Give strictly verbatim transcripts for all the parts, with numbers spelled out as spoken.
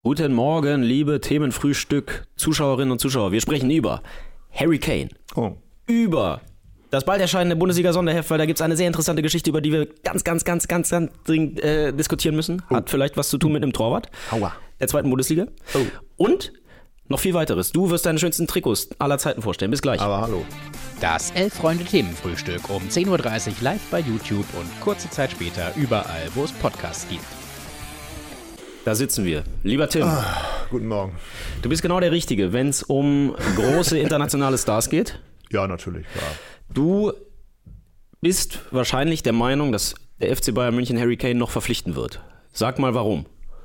Guten Morgen, liebe Themenfrühstück, Zuschauerinnen und Zuschauer. Wir sprechen über Harry Kane, oh. über das bald erscheinende Bundesliga-Sonderheft, weil da gibt es eine sehr interessante Geschichte, über die wir ganz, ganz, ganz, ganz, ganz dringend äh, diskutieren müssen. Hat oh. vielleicht was zu tun mit einem Torwart Aua. der zweiten Bundesliga. Oh. Und noch viel weiteres. Du wirst deine schönsten Trikots aller Zeiten vorstellen. Bis gleich. Aber hallo. Das Elf-Freunde-Themenfrühstück um zehn Uhr dreißig live bei YouTube und kurze Zeit später überall, wo es Podcasts gibt. Da sitzen wir. Lieber Tim. Ah, guten Morgen. Du bist genau der Richtige, wenn es um große internationale Stars geht. Ja, natürlich, klar. Du bist wahrscheinlich der Meinung, dass der F C Bayern München Harry Kane noch verpflichten wird. Sag mal, warum?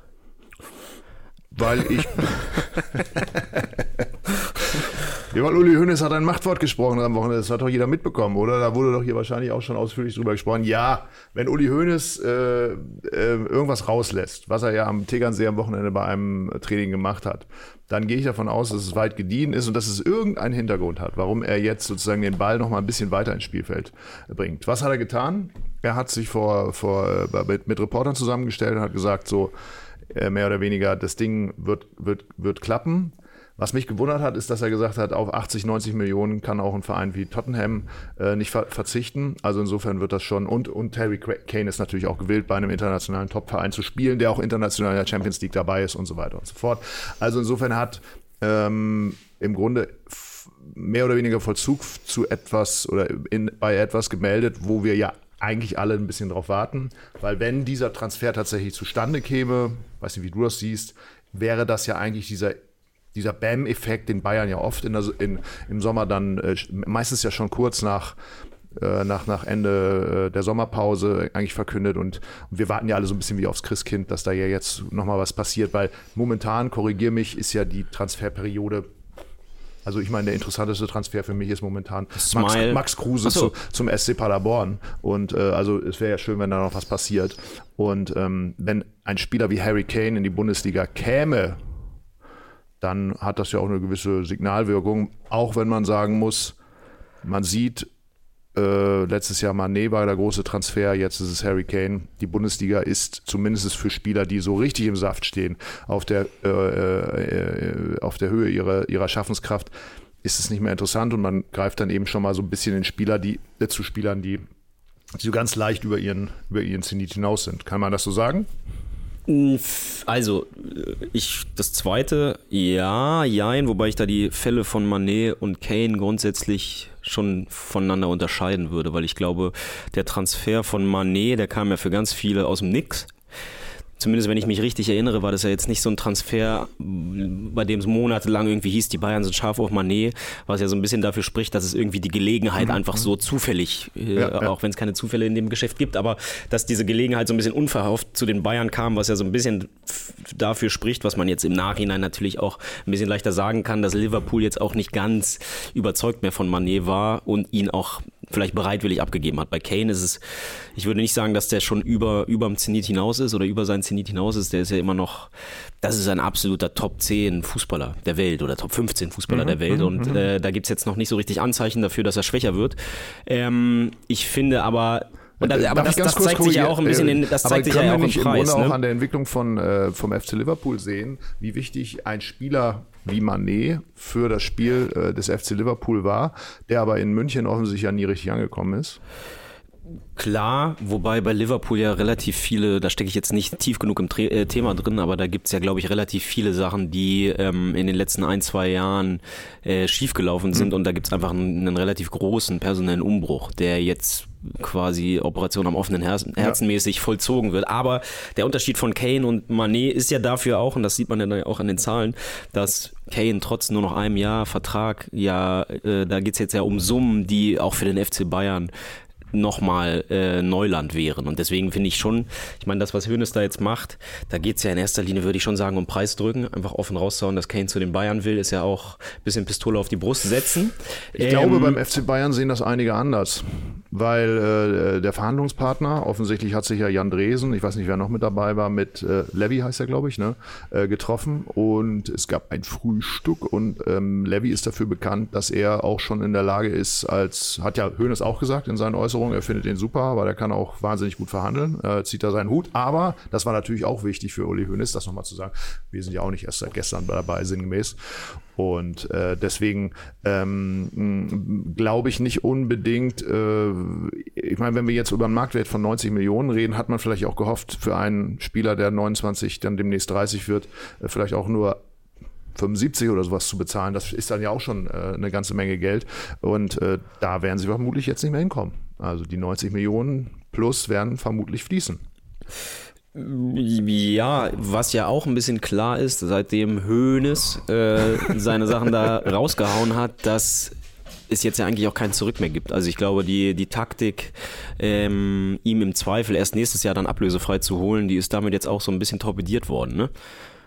Weil ich... Ja, weil Uli Hoeneß hat ein Machtwort gesprochen am Wochenende, das hat doch jeder mitbekommen, oder? Da wurde doch hier wahrscheinlich auch schon ausführlich drüber gesprochen. Ja, wenn Uli Hoeneß äh, äh, irgendwas rauslässt, was er ja am Tegernsee am Wochenende bei einem Training gemacht hat, dann gehe ich davon aus, dass es weit gediehen ist und dass es irgendeinen Hintergrund hat, warum er jetzt sozusagen den Ball noch mal ein bisschen weiter ins Spielfeld bringt. Was hat er getan? Er hat sich vor, vor, mit, mit Reportern zusammengestellt und hat gesagt, so äh, mehr oder weniger, das Ding wird, wird, wird klappen. Was mich gewundert hat, ist, dass er gesagt hat, auf achtzig, neunzig Millionen kann auch ein Verein wie Tottenham äh, nicht ver- verzichten. Also insofern wird das schon. Und, und Harry Kane ist natürlich auch gewillt, bei einem internationalen Top-Verein zu spielen, der auch international in der Champions League dabei ist und so weiter und so fort. Also insofern hat ähm, im Grunde f- mehr oder weniger Vollzug zu etwas oder in, bei etwas gemeldet, wo wir ja eigentlich alle ein bisschen drauf warten. Weil wenn dieser Transfer tatsächlich zustande käme, weiß nicht, wie du das siehst, wäre das ja eigentlich dieser Dieser Bam-Effekt, den Bayern ja oft in der, in, im Sommer dann, äh, meistens ja schon kurz nach, äh, nach, nach Ende äh, der Sommerpause eigentlich verkündet. Und, und wir warten ja alle so ein bisschen wie aufs Christkind, dass da ja jetzt nochmal was passiert. Weil momentan, korrigier mich, ist ja die Transferperiode, also ich meine, der interessanteste Transfer für mich ist momentan Max, Max Kruse so. zu, zum S C Paderborn. Und äh, also es wäre ja schön, wenn da noch was passiert. Und ähm, wenn ein Spieler wie Harry Kane in die Bundesliga käme, dann hat das ja auch eine gewisse Signalwirkung, auch wenn man sagen muss, man sieht, äh, letztes Jahr Mané war der große Transfer, jetzt ist es Harry Kane. Die Bundesliga ist zumindest für Spieler, die so richtig im Saft stehen, auf der, äh, äh, auf der Höhe ihrer, ihrer Schaffenskraft, ist es nicht mehr interessant und man greift dann eben schon mal so ein bisschen in Spieler, die, äh, zu Spielern, die, die so ganz leicht über ihren, über ihren Zenit hinaus sind. Kann man das so sagen? Also, ich, das zweite, ja, jein, wobei ich da die Fälle von Mané und Kane grundsätzlich schon voneinander unterscheiden würde, weil ich glaube, der Transfer von Mané, der kam ja für ganz viele aus dem Nix. Zumindest wenn ich mich richtig erinnere, war das ja jetzt nicht so ein Transfer, bei dem es monatelang irgendwie hieß, die Bayern sind scharf auf Mané, was ja so ein bisschen dafür spricht, dass es irgendwie die Gelegenheit einfach so zufällig, äh, ja, ja. auch wenn es keine Zufälle in dem Geschäft gibt, aber dass diese Gelegenheit so ein bisschen unverhofft zu den Bayern kam, was ja so ein bisschen dafür spricht, was man jetzt im Nachhinein natürlich auch ein bisschen leichter sagen kann, dass Liverpool jetzt auch nicht ganz überzeugt mehr von Mané war und ihn auch vielleicht bereitwillig abgegeben hat. Bei Kane ist es, ich würde nicht sagen, dass der schon über überm Zenit hinaus ist oder über seinen Zenit hinaus ist. Der ist ja immer noch, das ist ein absoluter Top zehn Fußballer der Welt oder Top fünfzehn Fußballer mhm, der Welt und mhm. äh, da gibt es jetzt noch nicht so richtig Anzeichen dafür, dass er schwächer wird. Ähm, ich finde aber Und da, aber das, das zeigt sich ja auch ein bisschen, in, das zeigt sich ja auch im Preis. Im Grunde ne? auch an der Entwicklung von, äh, vom F C Liverpool sehen, wie wichtig ein Spieler wie Mané für das Spiel äh, des F C Liverpool war, der aber in München offensichtlich ja nie richtig angekommen ist. Klar, wobei bei Liverpool ja relativ viele, da stecke ich jetzt nicht tief genug im Tre- äh, Thema drin, aber da gibt es ja, glaube ich, relativ viele Sachen, die ähm, in den letzten ein, zwei Jahren äh, schiefgelaufen sind mhm. und da gibt es einfach einen, einen relativ großen personellen Umbruch, der jetzt quasi Operation am offenen Herzen, Herzen mäßig vollzogen wird. Aber der Unterschied von Kane und Mané ist ja dafür auch, und das sieht man ja dann auch an den Zahlen, dass Kane trotz nur noch einem Jahr Vertrag, ja, äh, da geht es jetzt ja um Summen, die auch für den F C Bayern nochmal äh, Neuland wären. Und deswegen finde ich schon, ich meine, das, was Hoeneß da jetzt macht, da geht es ja in erster Linie, würde ich schon sagen, um Preisdrücken. Einfach offen rauszuhauen, dass Kane zu den Bayern will, ist ja auch ein bisschen Pistole auf die Brust setzen. Ich ähm, glaube, beim F C Bayern sehen das einige anders. Weil äh, der Verhandlungspartner, offensichtlich hat sich ja Jan Dresen, ich weiß nicht, wer noch mit dabei war, mit äh, Levy heißt er, glaube ich, ne, äh, getroffen. Und es gab ein Frühstück und ähm, Levy ist dafür bekannt, dass er auch schon in der Lage ist, als, hat ja Hoeneß auch gesagt in seinen Äußerungen, Begeisterung, er findet ihn super, aber der kann auch wahnsinnig gut verhandeln, äh, zieht da seinen Hut. Aber das war natürlich auch wichtig für Uli Hoeneß, das nochmal zu sagen. Wir sind ja auch nicht erst seit gestern dabei, sinngemäß. Und äh, deswegen ähm, glaube ich nicht unbedingt, äh, ich meine, wenn wir jetzt über einen Marktwert von neunzig Millionen reden, hat man vielleicht auch gehofft, für einen Spieler, der neunundzwanzig, dann demnächst dreißig wird, äh, vielleicht auch nur fünfundsiebzig oder sowas zu bezahlen. Das ist dann ja auch schon äh, eine ganze Menge Geld. Und äh, da werden sie vermutlich jetzt nicht mehr hinkommen. Also die neunzig Millionen plus werden vermutlich fließen. Ja, was ja auch ein bisschen klar ist, seitdem Hoeneß äh, seine Sachen da rausgehauen hat, dass es jetzt ja eigentlich auch kein Zurück mehr gibt. Also ich glaube, die, die Taktik, ähm, ihm im Zweifel erst nächstes Jahr dann ablösefrei zu holen, die ist damit jetzt auch so ein bisschen torpediert worden, ne?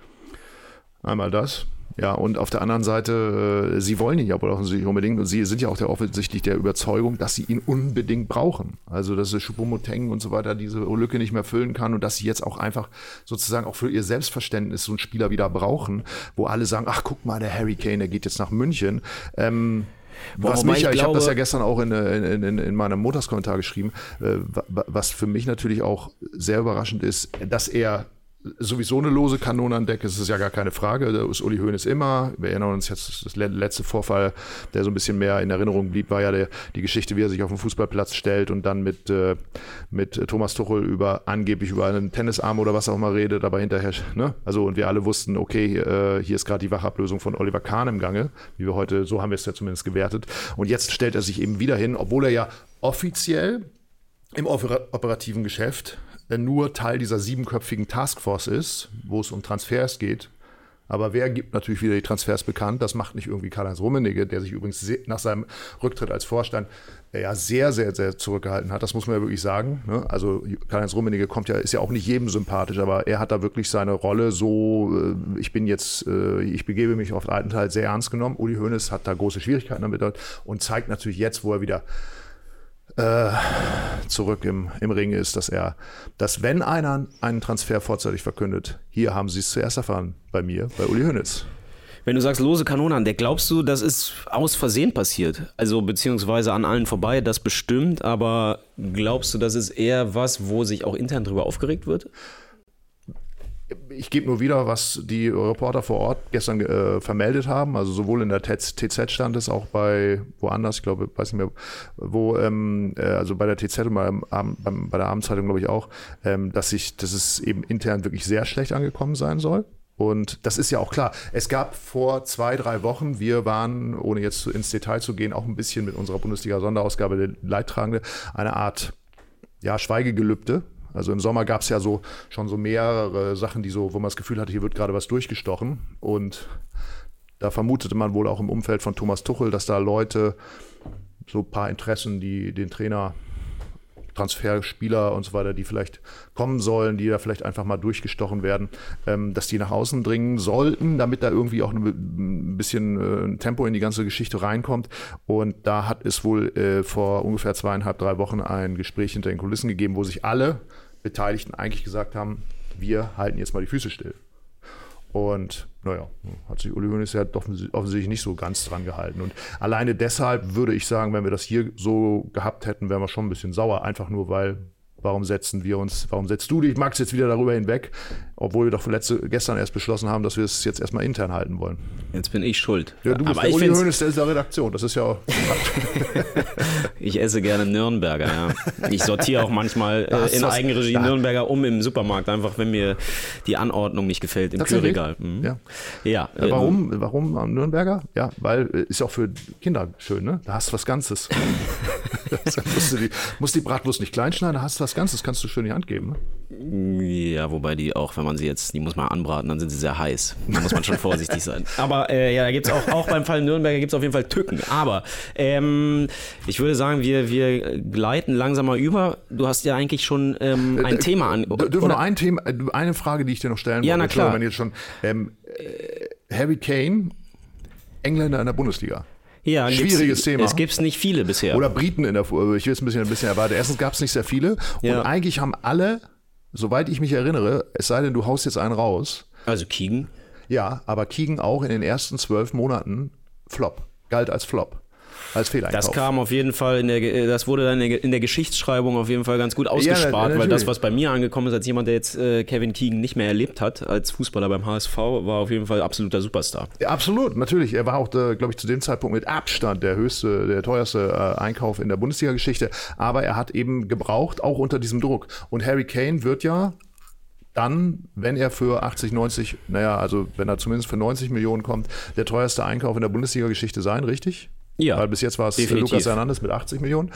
Einmal das. Ja, und auf der anderen Seite, äh, sie wollen ihn ja wohl offensichtlich unbedingt und sie sind ja auch der, offensichtlich der Überzeugung, dass sie ihn unbedingt brauchen. Also, dass Choupo-Moting und so weiter diese Lücke nicht mehr füllen kann und dass sie jetzt auch einfach sozusagen auch für ihr Selbstverständnis so einen Spieler wieder brauchen, wo alle sagen, ach, guck mal, der Harry Kane, der geht jetzt nach München. Ähm, Was mich, ich, ich habe das ja gestern auch in, in, in, in meinem Montagskommentar geschrieben, äh, was für mich natürlich auch sehr überraschend ist, dass er sowieso eine lose Kanone an Deck ist, ist ja gar keine Frage. Da ist Uli Hoeneß immer. Wir erinnern uns jetzt, das letzte Vorfall, der so ein bisschen mehr in Erinnerung blieb, war ja der, die Geschichte, wie er sich auf den Fußballplatz stellt und dann mit, äh, mit Thomas Tuchel über angeblich über einen Tennisarm oder was auch immer redet, aber hinterher, ne? Also, und wir alle wussten, okay, äh, hier ist gerade die Wachablösung von Oliver Kahn im Gange, wie wir heute, so haben wir es ja zumindest gewertet. Und jetzt stellt er sich eben wieder hin, obwohl er ja offiziell im operativen Geschäft nur Teil dieser siebenköpfigen Taskforce ist, wo es um Transfers geht. Aber wer gibt natürlich wieder die Transfers bekannt? Das macht nicht irgendwie Karl-Heinz Rummenigge, der sich übrigens nach seinem Rücktritt als Vorstand ja sehr, sehr, sehr zurückgehalten hat. Das muss man ja wirklich sagen. Also Karl-Heinz Rummenigge kommt ja, ist ja auch nicht jedem sympathisch, aber er hat da wirklich seine Rolle so, ich bin jetzt, ich begebe mich auf den alten Teil sehr ernst genommen. Uli Hoeneß hat da große Schwierigkeiten damit und zeigt natürlich jetzt, wo er wieder Äh, zurück im, im Ring ist, dass er, dass wenn einer einen Transfer vorzeitig verkündet, hier haben sie es zuerst erfahren, bei mir, bei Uli Hoeneß. Wenn du sagst lose Kanone an Deck, glaubst du, das ist aus Versehen passiert? Also beziehungsweise an allen vorbei, das bestimmt, aber glaubst du, das ist eher was, wo sich auch intern drüber aufgeregt wird? Ich gebe nur wieder, was die Reporter vor Ort gestern äh, vermeldet haben. Also sowohl in der T Z stand es, auch bei woanders, ich glaube, weiß nicht mehr, wo, ähm, äh, also bei der T Z und bei, beim, bei der Abendzeitung, glaube ich auch, ähm, dass sich, dass es eben intern wirklich sehr schlecht angekommen sein soll. Und das ist ja auch klar. Es gab vor zwei, drei Wochen, wir waren, ohne jetzt ins Detail zu gehen, auch ein bisschen mit unserer Bundesliga-Sonderausgabe der Leidtragende, eine Art, ja, Schweigegelübde. Also im Sommer gab es ja so schon so mehrere Sachen, die so, wo man das Gefühl hatte, hier wird gerade was durchgestochen. Und da vermutete man wohl auch im Umfeld von Thomas Tuchel, dass da Leute, so ein paar Interessen, die den Trainer, Transferspieler und so weiter, die vielleicht kommen sollen, die da vielleicht einfach mal durchgestochen werden, ähm, dass die nach außen dringen sollten, damit da irgendwie auch ein bisschen äh, Tempo in die ganze Geschichte reinkommt. Und da hat es wohl äh, vor ungefähr zweieinhalb, drei Wochen ein Gespräch hinter den Kulissen gegeben, wo sich alle Beteiligten eigentlich gesagt haben, wir halten jetzt mal die Füße still. Und naja, hat sich Uli Hoeneß ja doch offensichtlich nicht so ganz dran gehalten. Und alleine deshalb würde ich sagen, wenn wir das hier so gehabt hätten, wären wir schon ein bisschen sauer. Einfach nur, weil, warum setzen wir uns, warum setzt du dich, Max, jetzt wieder darüber hinweg, obwohl wir doch letzte, gestern erst beschlossen haben, dass wir es jetzt erstmal intern halten wollen. Jetzt bin ich schuld. Ja, du bist aber der Uli Hoeneß der Redaktion, das ist ja auch... Ich esse gerne Nürnberger, ja. Ich sortiere auch manchmal äh, in Eigenregie da. Nürnberger um im Supermarkt, einfach wenn mir die Anordnung nicht gefällt im Kühlregal. Mhm. Ja. Ja, äh, warum, warum am Nürnberger? Ja, weil ist ja auch für Kinder schön, ne? Da hast du was Ganzes. musst, du die, musst die Bratwurst nicht klein schneiden, da hast du was Ganzes, kannst du schön in die Hand geben, ne? Ja, wobei die auch, wenn man sie jetzt, die muss man anbraten, dann sind sie sehr heiß. Da muss man schon vorsichtig sein. Aber äh, ja, da gibt es auch, auch beim Fall Nürnberger gibt es auf jeden Fall Tücken. Aber ähm, ich würde sagen, wir, wir gleiten langsam mal über. Du hast ja eigentlich schon ähm, ein äh, Thema an. Dürfen wir noch ein Thema, eine Frage, die ich dir noch stellen wollte? Ja, na klar. Wenn jetzt schon, ähm, äh, Harry Kane, Engländer in der Bundesliga. Ja, schwieriges Thema. Es gibt nicht viele bisher. Oder Briten in der, ich will es ein bisschen, ein bisschen erwarten. Erstens gab es nicht sehr viele. Ja. Und eigentlich haben alle, soweit ich mich erinnere, es sei denn, du haust jetzt einen raus. Also Keegan? Ja, aber Keegan auch in den ersten zwölf Monaten Flop. Galt als Flop. als Fehleinkauf. Das kam auf jeden Fall, in der, das wurde dann in der Geschichtsschreibung auf jeden Fall ganz gut ausgespart, ja, weil das, was bei mir angekommen ist, als jemand, der jetzt äh, Kevin Keegan nicht mehr erlebt hat, als Fußballer beim H S V, war auf jeden Fall absoluter Superstar. Ja, absolut, natürlich. Er war auch, äh, glaube ich, zu dem Zeitpunkt mit Abstand der höchste, der teuerste äh, Einkauf in der Bundesliga-Geschichte. Aber er hat eben gebraucht, auch unter diesem Druck. Und Harry Kane wird ja dann, wenn er für achtzig, neunzig, naja, also wenn er zumindest für neunzig Millionen kommt, der teuerste Einkauf in der Bundesliga-Geschichte sein, richtig? Ja. Weil bis jetzt war es definitiv. Lucas Hernandez mit achtzig Millionen.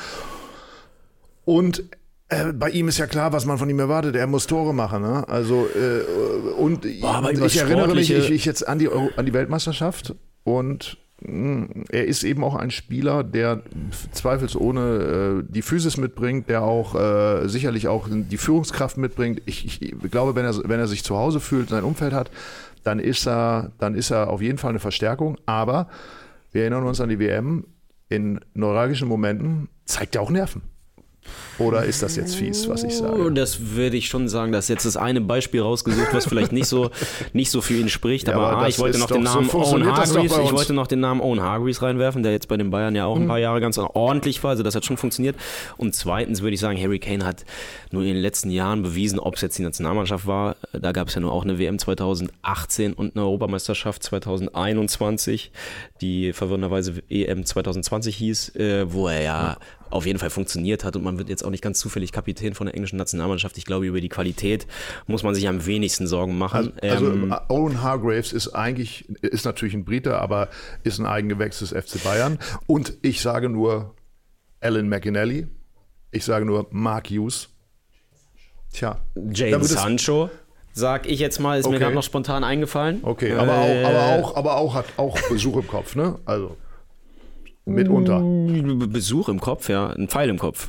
Und äh, bei ihm ist ja klar, was man von ihm erwartet. Er muss Tore machen. Ne? Also, äh, und Boah, aber ich erinnere mich ich, ich jetzt an die, Euro, an die Weltmeisterschaft und er ist eben auch ein Spieler, der zweifelsohne äh, die Physis mitbringt, der auch äh, sicherlich auch die Führungskraft mitbringt. Ich, ich glaube, wenn er, wenn er sich zu Hause fühlt, sein Umfeld hat, dann ist er, dann ist er auf jeden Fall eine Verstärkung. Aber wir erinnern uns an die W M, in neuralgischen Momenten zeigt er auch Nerven. Oder ist das jetzt fies, was ich sage? Das würde ich schon sagen, dass jetzt das eine Beispiel rausgesucht, was vielleicht nicht so, nicht so für ihn spricht. Ja, aber aber ah, ich wollte noch den Namen so Owen Hargreaves, ich uns. wollte noch den Namen Owen Hargreaves reinwerfen, der jetzt bei den Bayern ja auch ein paar Jahre ganz ordentlich war. Also das hat schon funktioniert. Und zweitens würde ich sagen, Harry Kane hat nur in den letzten Jahren bewiesen, ob es jetzt die Nationalmannschaft war. Da gab es ja nur auch eine W M zweitausendachtzehn und eine Europameisterschaft zweitausendeinundzwanzig, die verwirrenderweise E M zweitausendzwanzig hieß, wo er ja auf jeden Fall funktioniert hat und man wird jetzt auch nicht ganz zufällig Kapitän von der englischen Nationalmannschaft. Ich glaube, über die Qualität muss man sich am wenigsten Sorgen machen. Also, also ähm, Owen Hargreaves ist eigentlich, ist natürlich ein Brite, aber ist ein Eigengewächs des F C Bayern. Und ich sage nur Alan McInally, ich sage nur Mark Hughes. Tja. Jadon Sancho, sag ich jetzt mal, ist okay. mir gerade noch spontan eingefallen. Okay, aber, äh, auch, aber, auch, aber auch hat auch Besuch im Kopf, ne? Also mitunter. Besuch im Kopf, ja, ein Pfeil im Kopf.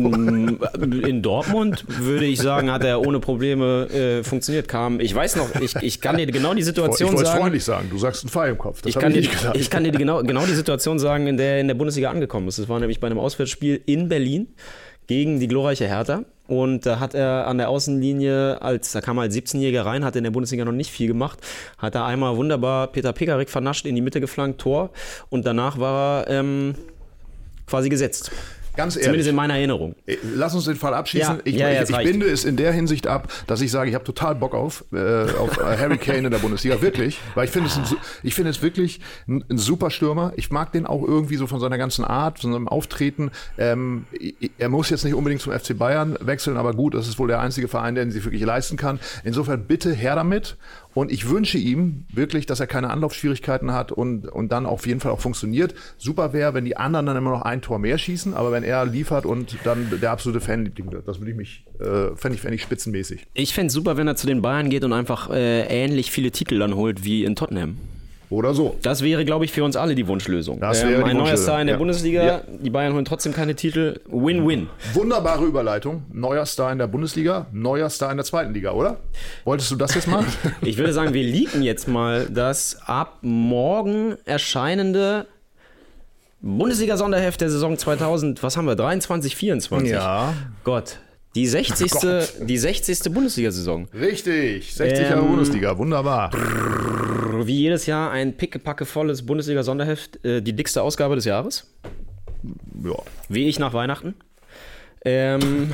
In Dortmund würde ich sagen, hat er ohne Probleme äh, funktioniert. Kam, ich weiß noch, ich, ich kann dir genau die Situation ich sagen. Ich wollte freundlich sagen, du sagst ein Pfeil im Kopf. Das ich, kann ich, dir, nicht gesagt. ich kann dir genau, genau die Situation sagen, in der er in der Bundesliga angekommen ist. Das war nämlich bei einem Auswärtsspiel in Berlin gegen die glorreiche Hertha. Und da hat er an der Außenlinie, als da kam er als siebzehnjähriger rein, hat in der Bundesliga noch nicht viel gemacht, hat er einmal wunderbar Peter Pekarik vernascht, in die Mitte geflankt, Tor. Und danach war er ähm, quasi gesetzt. Ganz ehrlich. Zumindest in meiner Erinnerung. Lass uns den Fall abschließen. Ja, ich ja, ja, ich, ich binde es in der Hinsicht ab, dass ich sage, ich habe total Bock auf, äh, auf Harry Kane in der Bundesliga. Wirklich. Weil ich finde es, ein, ich finde es wirklich ein, ein super Stürmer. Ich mag den auch irgendwie so von seiner ganzen Art, von seinem Auftreten. Ähm, er muss jetzt nicht unbedingt zum F C Bayern wechseln, aber gut, das ist wohl der einzige Verein, der ihn sich wirklich leisten kann. Insofern bitte her damit. Und ich wünsche ihm wirklich, dass er keine Anlaufschwierigkeiten hat und, und dann auf jeden Fall auch funktioniert. Super wäre, wenn die anderen dann immer noch ein Tor mehr schießen, aber wenn er liefert und dann der absolute Fanliebling wird, das würde ich mich, äh, fände ich, fänd ich spitzenmäßig. Ich fände es super, wenn er zu den Bayern geht und einfach äh, ähnlich viele Titel dann holt wie in Tottenham. Oder so. Das wäre, glaube ich, für uns alle die Wunschlösung. Das wäre ähm, ein die neuer Star in der ja. Bundesliga, ja. die Bayern holen trotzdem keine Titel. Win-win. Wunderbare Überleitung. Neuer Star in der Bundesliga, neuer Star in der zweiten Liga, oder? Wolltest du das jetzt mal? Ich würde sagen, wir leaken jetzt mal das ab morgen erscheinende Bundesliga-Sonderheft der Saison zweitausend, was haben wir, dreiundzwanzig, vierundzwanzig? Ja. Gott. Die sechzigste. Die sechzigste Bundesliga-Saison. Richtig, sechzig Jahre Ähm, Bundesliga, wunderbar. Wie jedes Jahr ein pickepackevolles Bundesliga-Sonderheft, äh, die dickste Ausgabe des Jahres. Ja. Wie ich nach Weihnachten. Ähm.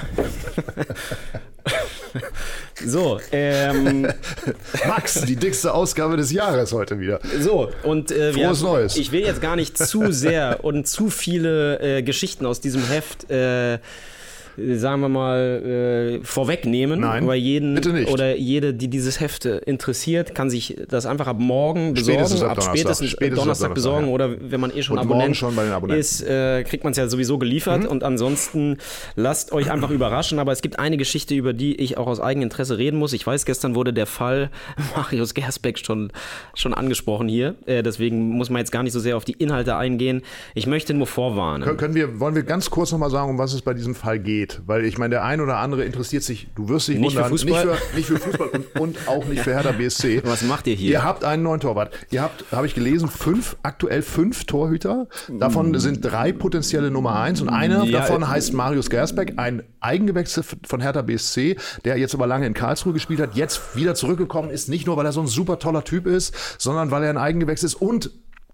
so, ähm. Max, die dickste Ausgabe des Jahres heute wieder. So, und äh, Frohes wir, Neues. Ich will jetzt gar nicht zu sehr und zu viele äh, Geschichten aus diesem Heft äh, sagen wir mal, äh, vorwegnehmen. Nein, weil jeden bitte nicht. Oder jede, die dieses Heft interessiert, kann sich das einfach ab morgen besorgen, Spätestens ab ab Donnerstag. spätestens, Spätestens Donnerstag ab besorgen Donnerstag, oder wenn man eh schon Und morgen Abonnent schon bei den Abonnenten. ist, äh, kriegt man es ja sowieso geliefert Mhm. und ansonsten lasst euch einfach überraschen, aber es gibt eine Geschichte, über die ich auch aus Eigeninteresse reden muss. Ich weiß, gestern wurde der Fall Marius Gersbeck schon, schon angesprochen hier, äh, deswegen muss man jetzt gar nicht so sehr auf die Inhalte eingehen. Ich möchte nur vorwarnen. Können, können wir, wollen wir ganz kurz nochmal sagen, um was es bei diesem Fall geht? Weil ich meine, der ein oder andere interessiert sich, du wirst dich Nicht für wundern, Fußball? nicht für, nicht für Fußball und, und auch nicht für Hertha B S C. Was macht ihr hier? Ihr habt einen neuen Torwart. Ihr habt, habe ich gelesen, fünf, aktuell fünf Torhüter. Davon sind drei potenzielle Nummer eins und einer Ja, davon äh, heißt Marius Gersbeck, ein Eigengewächs von Hertha B S C, der jetzt aber lange in Karlsruhe gespielt hat, jetzt wieder zurückgekommen ist, nicht nur, weil er so ein super toller Typ ist, sondern weil er ein Eigengewächs ist und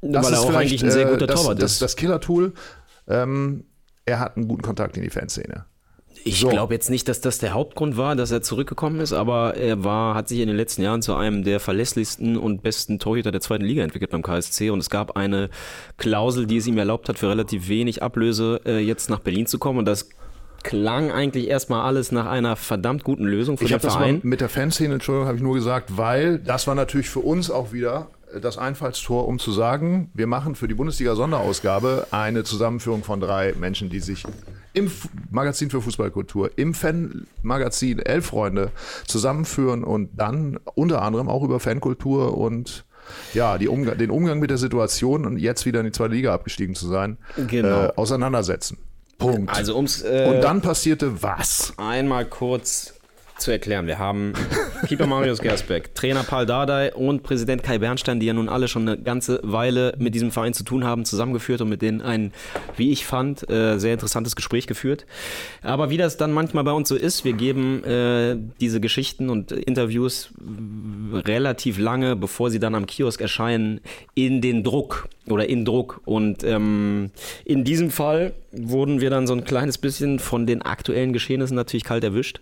das weil er ist auch eigentlich ein sehr guter das, Torwart das, ist. Das Killer-Tool, ähm, er hat einen guten Kontakt in die Fanszene. Ich So. glaube jetzt nicht, dass das der Hauptgrund war, dass er zurückgekommen ist, aber er war, hat sich in den letzten Jahren zu einem der verlässlichsten und besten Torhüter der zweiten Liga entwickelt beim K S C und es gab eine Klausel, die es ihm erlaubt hat, für relativ wenig Ablöse äh, jetzt nach Berlin zu kommen und das klang eigentlich erstmal alles nach einer verdammt guten Lösung für Ich den habe das Verein. mal mit der Fanszene, Entschuldigung, habe ich nur gesagt, weil das war natürlich für uns auch wieder das Einfallstor, um zu sagen, wir machen für die Bundesliga-Sonderausgabe eine Zusammenführung von drei Menschen, die sich im F- Magazin für Fußballkultur, im Fanmagazin Elf-Freunde zusammenführen und dann unter anderem auch über Fankultur und ja, die Umga- den Umgang mit der Situation und jetzt wieder in die zweite Liga abgestiegen zu sein, Genau. äh, auseinandersetzen. Punkt. Also ums äh, und dann passierte was? einmal kurz zu erklären. Wir haben Keeper Marius Gersbeck, Trainer Paul Dardai und Präsident Kai Bernstein, die ja nun alle schon eine ganze Weile mit diesem Verein zu tun haben, zusammengeführt und mit denen ein, wie ich fand, äh, sehr interessantes Gespräch geführt. Aber wie das dann manchmal bei uns so ist, wir geben äh, diese Geschichten und Interviews relativ lange, bevor sie dann am Kiosk erscheinen, in den Druck oder in Druck. Und ähm, in diesem Fall wurden wir dann so ein kleines bisschen von den aktuellen Geschehnissen natürlich kalt erwischt.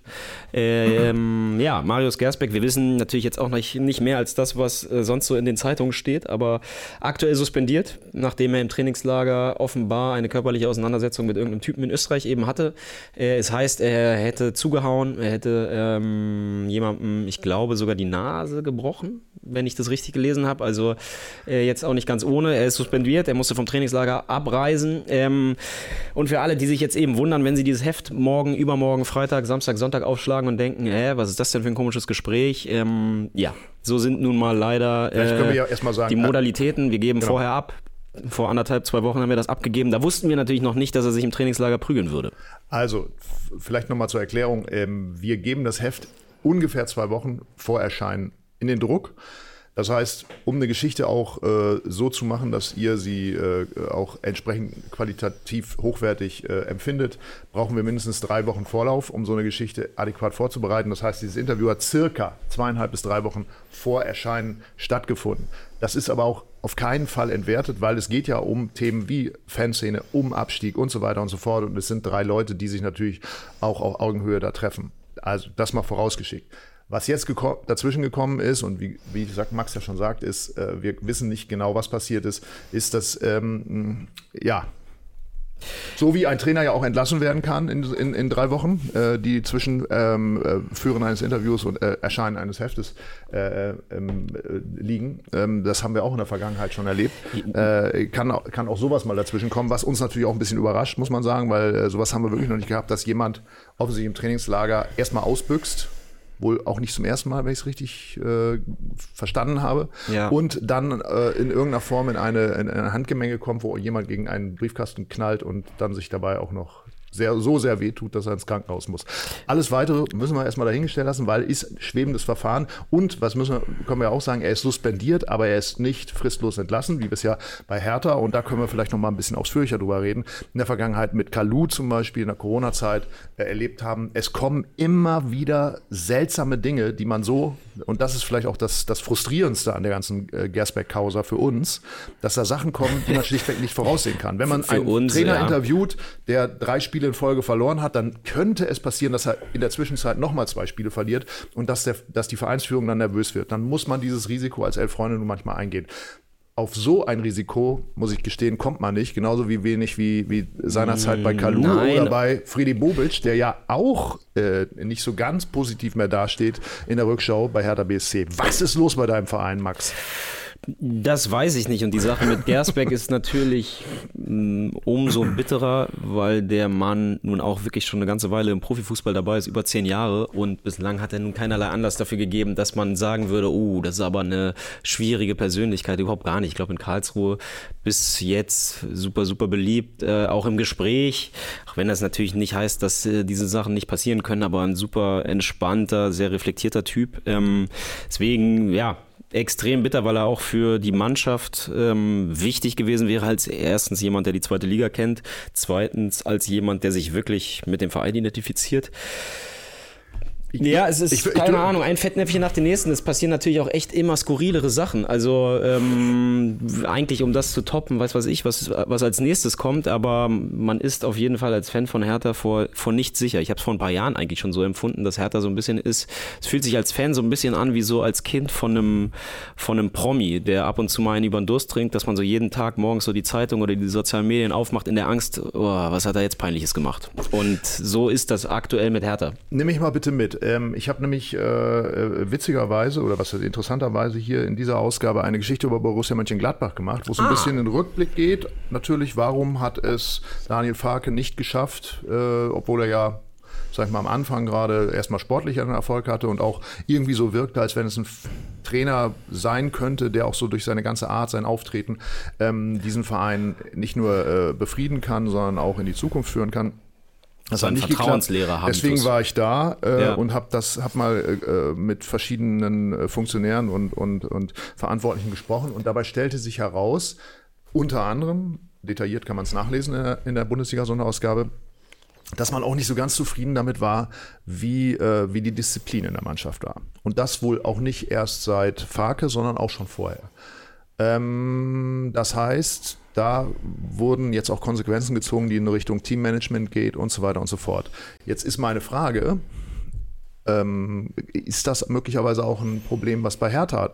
Ähm, ja, Marius Gersbeck, wir wissen natürlich jetzt auch nicht, nicht mehr als das, was äh, sonst so in den Zeitungen steht, aber aktuell suspendiert, nachdem er im Trainingslager offenbar eine körperliche Auseinandersetzung mit irgendeinem Typen in Österreich eben hatte. Äh, es heißt, er hätte zugehauen, er hätte ähm, jemandem, ich glaube, sogar die Nase gebrochen, wenn ich das richtig gelesen habe. Also äh, jetzt auch nicht ganz ohne. Er ist suspendiert, er musste vom Trainingslager abreisen. Ähm, und für alle, die sich jetzt eben wundern, wenn sie dieses Heft morgen, übermorgen, Freitag, Samstag, Sonntag aufschlagen und denken, hä, was ist das denn für ein komisches Gespräch? Ähm, ja, so sind nun mal leider Vielleicht können wir ja äh, erst mal sagen, die Modalitäten. Wir geben genau. vorher ab. Vor anderthalb, zwei Wochen haben wir das abgegeben. Da wussten wir natürlich noch nicht, dass er sich im Trainingslager prügeln würde. Also, f- vielleicht nochmal zur Erklärung. Ähm, wir geben das Heft ungefähr zwei Wochen vor Erscheinen in den Druck. Das heißt, um eine Geschichte auch äh, so zu machen, dass ihr sie äh, auch entsprechend qualitativ hochwertig äh, empfindet, brauchen wir mindestens drei Wochen Vorlauf, um so eine Geschichte adäquat vorzubereiten. Das heißt, dieses Interview hat circa zweieinhalb bis drei Wochen vor Erscheinen stattgefunden. Das ist aber auch auf keinen Fall entwertet, weil es geht ja um Themen wie Fanszene, um Abstieg und so weiter und so fort. Und es sind drei Leute, die sich natürlich auch auf Augenhöhe da treffen. Also das mal vorausgeschickt. Was jetzt geko- dazwischen gekommen ist, und wie, wie gesagt, Max ja schon sagt, ist, äh, wir wissen nicht genau, was passiert ist, ist, dass, ähm, ja, so wie ein Trainer ja auch entlassen werden kann in, in, in drei Wochen, äh, die zwischen ähm, äh, Führen eines Interviews und äh, Erscheinen eines Heftes äh, ähm, äh, liegen. Ähm, das haben wir auch in der Vergangenheit schon erlebt. Äh, kann, auch, kann auch sowas mal dazwischen kommen, was uns natürlich auch ein bisschen überrascht, muss man sagen, weil äh, sowas haben wir wirklich noch nicht gehabt, dass jemand offensichtlich im Trainingslager erstmal ausbüchst, wohl auch nicht zum ersten Mal, wenn ich es richtig äh, verstanden habe. Ja. Und dann äh, in irgendeiner Form in eine, in eine Handgemenge kommt, wo jemand gegen einen Briefkasten knallt und dann sich dabei auch noch sehr, so sehr wehtut, dass er ins Krankenhaus muss. Alles Weitere müssen wir erstmal dahingestellt lassen, weil ist schwebendes Verfahren. Und, was müssen wir, können wir auch sagen, er ist suspendiert, aber er ist nicht fristlos entlassen, wie wir es ja bei Hertha, und da können wir vielleicht noch mal ein bisschen ausführlicher drüber reden, in der Vergangenheit mit Kalou zum Beispiel in der Corona-Zeit äh, erlebt haben. Es kommen immer wieder seltsame Dinge, die man so, und das ist vielleicht auch das, das Frustrierendste an der ganzen äh, Gersbeck-Causa für uns, dass da Sachen kommen, die man schlichtweg nicht voraussehen kann. Wenn man Für einen uns, Trainer ja. interviewt, der drei Spiele in Folge verloren hat, dann könnte es passieren, dass er in der Zwischenzeit nochmal zwei Spiele verliert und dass, der, dass die Vereinsführung dann nervös wird. Dann muss man dieses Risiko als elf Freunde nun manchmal eingehen. Auf so ein Risiko, muss ich gestehen, kommt man nicht. Genauso wie wenig wie, wie seinerzeit bei Kalou Nein. oder bei Fredi Bobic, der ja auch äh, nicht so ganz positiv mehr dasteht in der Rückschau bei Hertha B S C. Was ist los bei deinem Verein, Max? Das weiß ich nicht. Und die Sache mit Gersbeck ist natürlich mh, umso bitterer, weil der Mann nun auch wirklich schon eine ganze Weile im Profifußball dabei ist, über zehn Jahre. Und bislang hat er nun keinerlei Anlass dafür gegeben, dass man sagen würde, oh, das ist aber eine schwierige Persönlichkeit. Überhaupt gar nicht. Ich glaube, in Karlsruhe bis jetzt super, super beliebt. Äh, auch im Gespräch. Auch wenn das natürlich nicht heißt, dass äh, diese Sachen nicht passieren können, aber ein super entspannter, sehr reflektierter Typ. Ähm, deswegen, ja, extrem bitter, weil er auch für die Mannschaft ähm, wichtig gewesen wäre, als erstens jemand, der die zweite Liga kennt, zweitens als jemand, der sich wirklich mit dem Verein identifiziert. Ja, es ist, ich, ich, keine ich, Ahnung, ein Fettnäpfchen nach dem nächsten. Es passieren natürlich auch echt immer skurrilere Sachen. Also ähm, eigentlich, um das zu toppen, weiß was ich, was, was als nächstes kommt, aber man ist auf jeden Fall als Fan von Hertha vor, vor nichts sicher. Ich habe es vor ein paar Jahren eigentlich schon so empfunden, dass Hertha so ein bisschen ist, es fühlt sich als Fan so ein bisschen an wie so als Kind von einem, von einem Promi, der ab und zu mal einen über den Durst trinkt, dass man so jeden Tag morgens so die Zeitung oder die sozialen Medien aufmacht in der Angst, oh, was hat er jetzt Peinliches gemacht? Und so ist das aktuell mit Hertha. Nimm mich mal bitte mit. Ähm, ich habe nämlich äh, witzigerweise oder was interessanterweise hier in dieser Ausgabe eine Geschichte über Borussia Mönchengladbach gemacht, wo es ah. ein bisschen in den Rückblick geht. Natürlich, warum hat es Daniel Farke nicht geschafft, äh, obwohl er ja, sag ich mal, am Anfang gerade erstmal sportlich einen Erfolg hatte und auch irgendwie so wirkte, als wenn es ein Trainer sein könnte, der auch so durch seine ganze Art, sein Auftreten ähm, diesen Verein nicht nur äh, befrieden kann, sondern auch in die Zukunft führen kann. Das war ein Vertrauenslehrer. Deswegen war ich da äh, ja. und habe das hab mal äh, mit verschiedenen äh, Funktionären und, und, und Verantwortlichen gesprochen. Und dabei stellte sich heraus, unter anderem, detailliert kann man es nachlesen in der, in der Bundesliga-Sonderausgabe, dass man auch nicht so ganz zufrieden damit war, wie, äh, wie die Disziplin in der Mannschaft war. Und das wohl auch nicht erst seit Farke, sondern auch schon vorher. Ähm, das heißt, da wurden jetzt auch Konsequenzen gezogen, die in Richtung Teammanagement geht und so weiter und so fort. Jetzt ist meine Frage, ähm, ist das möglicherweise auch ein Problem, was bei Hertha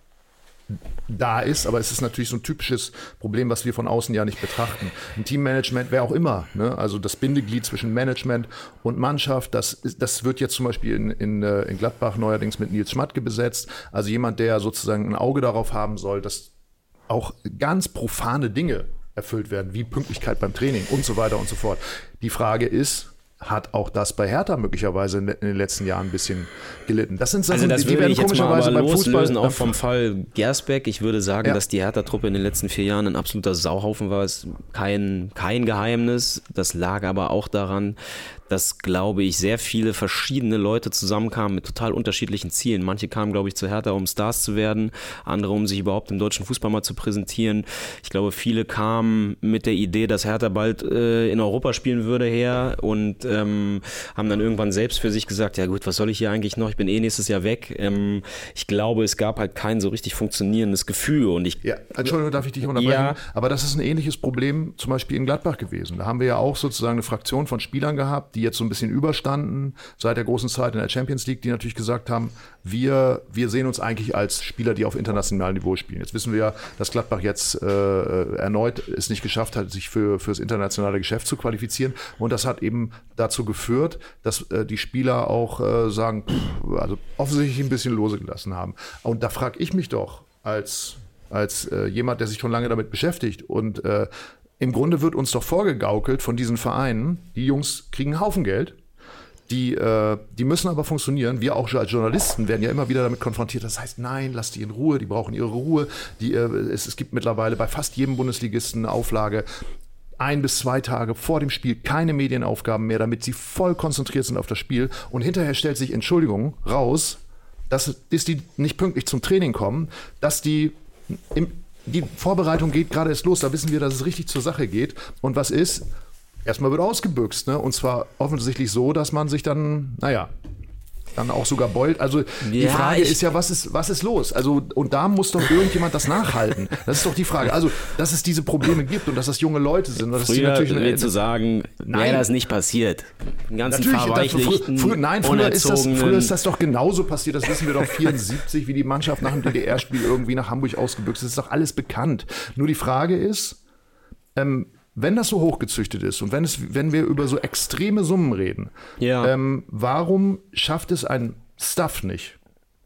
da ist, aber es ist natürlich so ein typisches Problem, was wir von außen ja nicht betrachten. Ein Teammanagement, wer auch immer, ne? Also das Bindeglied zwischen Management und Mannschaft, das, das wird jetzt zum Beispiel in, in, in Gladbach neuerdings mit Nils Schmatke besetzt, also jemand, der sozusagen ein Auge darauf haben soll, dass auch ganz profane Dinge erfüllt werden, wie Pünktlichkeit beim Training und so weiter und so fort. Die Frage ist, hat auch das bei Hertha möglicherweise in den letzten Jahren ein bisschen gelitten. Das sind Sachen, also das die würde werden ich jetzt komischerweise mal aber beim Fußball loslösen, auch vom Fall Gersbeck. Ich würde sagen, ja. dass die Hertha-Truppe in den letzten vier Jahren ein absoluter Sauhaufen war. Ist kein, kein Geheimnis. Das lag aber auch daran, dass, glaube ich, sehr viele verschiedene Leute zusammenkamen mit total unterschiedlichen Zielen. Manche kamen, glaube ich, zu Hertha, um Stars zu werden, andere, um sich überhaupt im deutschen Fußball mal zu präsentieren. Ich glaube, viele kamen mit der Idee, dass Hertha bald äh, in Europa spielen würde, her und ähm, haben dann irgendwann selbst für sich gesagt, ja gut, was soll ich hier eigentlich noch? Ich bin eh nächstes Jahr weg. Ähm, ich glaube, es gab halt kein so richtig funktionierendes Gefühl. Und ich, ja, Entschuldigung, darf ich dich unterbrechen? Ja. Aber das ist ein ähnliches Problem zum Beispiel in Gladbach gewesen. Da haben wir ja auch sozusagen eine Fraktion von Spielern gehabt, die jetzt so ein bisschen überstanden seit der großen Zeit in der Champions League, die natürlich gesagt haben, wir, wir sehen uns eigentlich als Spieler, die auf internationalem Niveau spielen. Jetzt wissen wir ja, dass Gladbach jetzt äh, erneut es nicht geschafft hat, sich für, für das internationale Geschäft zu qualifizieren. Und das hat eben dazu geführt, dass äh, die Spieler auch äh, sagen, pff, also offensichtlich ein bisschen lose gelassen haben. Und da frage ich mich doch als, als äh, jemand, der sich schon lange damit beschäftigt und äh, im Grunde wird uns doch vorgegaukelt von diesen Vereinen, die Jungs kriegen einen Haufen Geld, die, äh, die müssen aber funktionieren. Wir auch schon als Journalisten werden ja immer wieder damit konfrontiert. Das heißt, nein, lasst die in Ruhe, die brauchen ihre Ruhe. Die, äh, es, es gibt mittlerweile bei fast jedem Bundesligisten eine Auflage, ein bis zwei Tage vor dem Spiel keine Medienaufgaben mehr, damit sie voll konzentriert sind auf das Spiel. Und hinterher stellt sich, Entschuldigung, raus, dass, dass die nicht pünktlich zum Training kommen, dass die im Die Vorbereitung geht gerade erst los, da wissen wir, dass es richtig zur Sache geht. Und was ist? Erstmal wird ausgebüxt, ne? Und zwar offensichtlich so, dass man sich dann, naja, dann auch sogar beult. Also die ja, Frage ist ja, was ist, was ist los? Also, und da muss doch irgendjemand das nachhalten. Das ist doch die Frage. Also, dass es diese Probleme gibt und dass das junge Leute sind. Und dass früher, die natürlich eine, zu sagen, wäre das nicht passiert. Den ganzen verweichlichten, früher, nein, früher ist, das, früher ist das doch genauso passiert. Das wissen wir doch vierundsiebzig, wie die Mannschaft nach dem D D R-Spiel irgendwie nach Hamburg ausgebüxt ist. Das ist doch alles bekannt. Nur die Frage ist, ähm, wenn das so hochgezüchtet ist und wenn, es, wenn wir über so extreme Summen reden, ja. ähm, warum schafft es ein Staff nicht,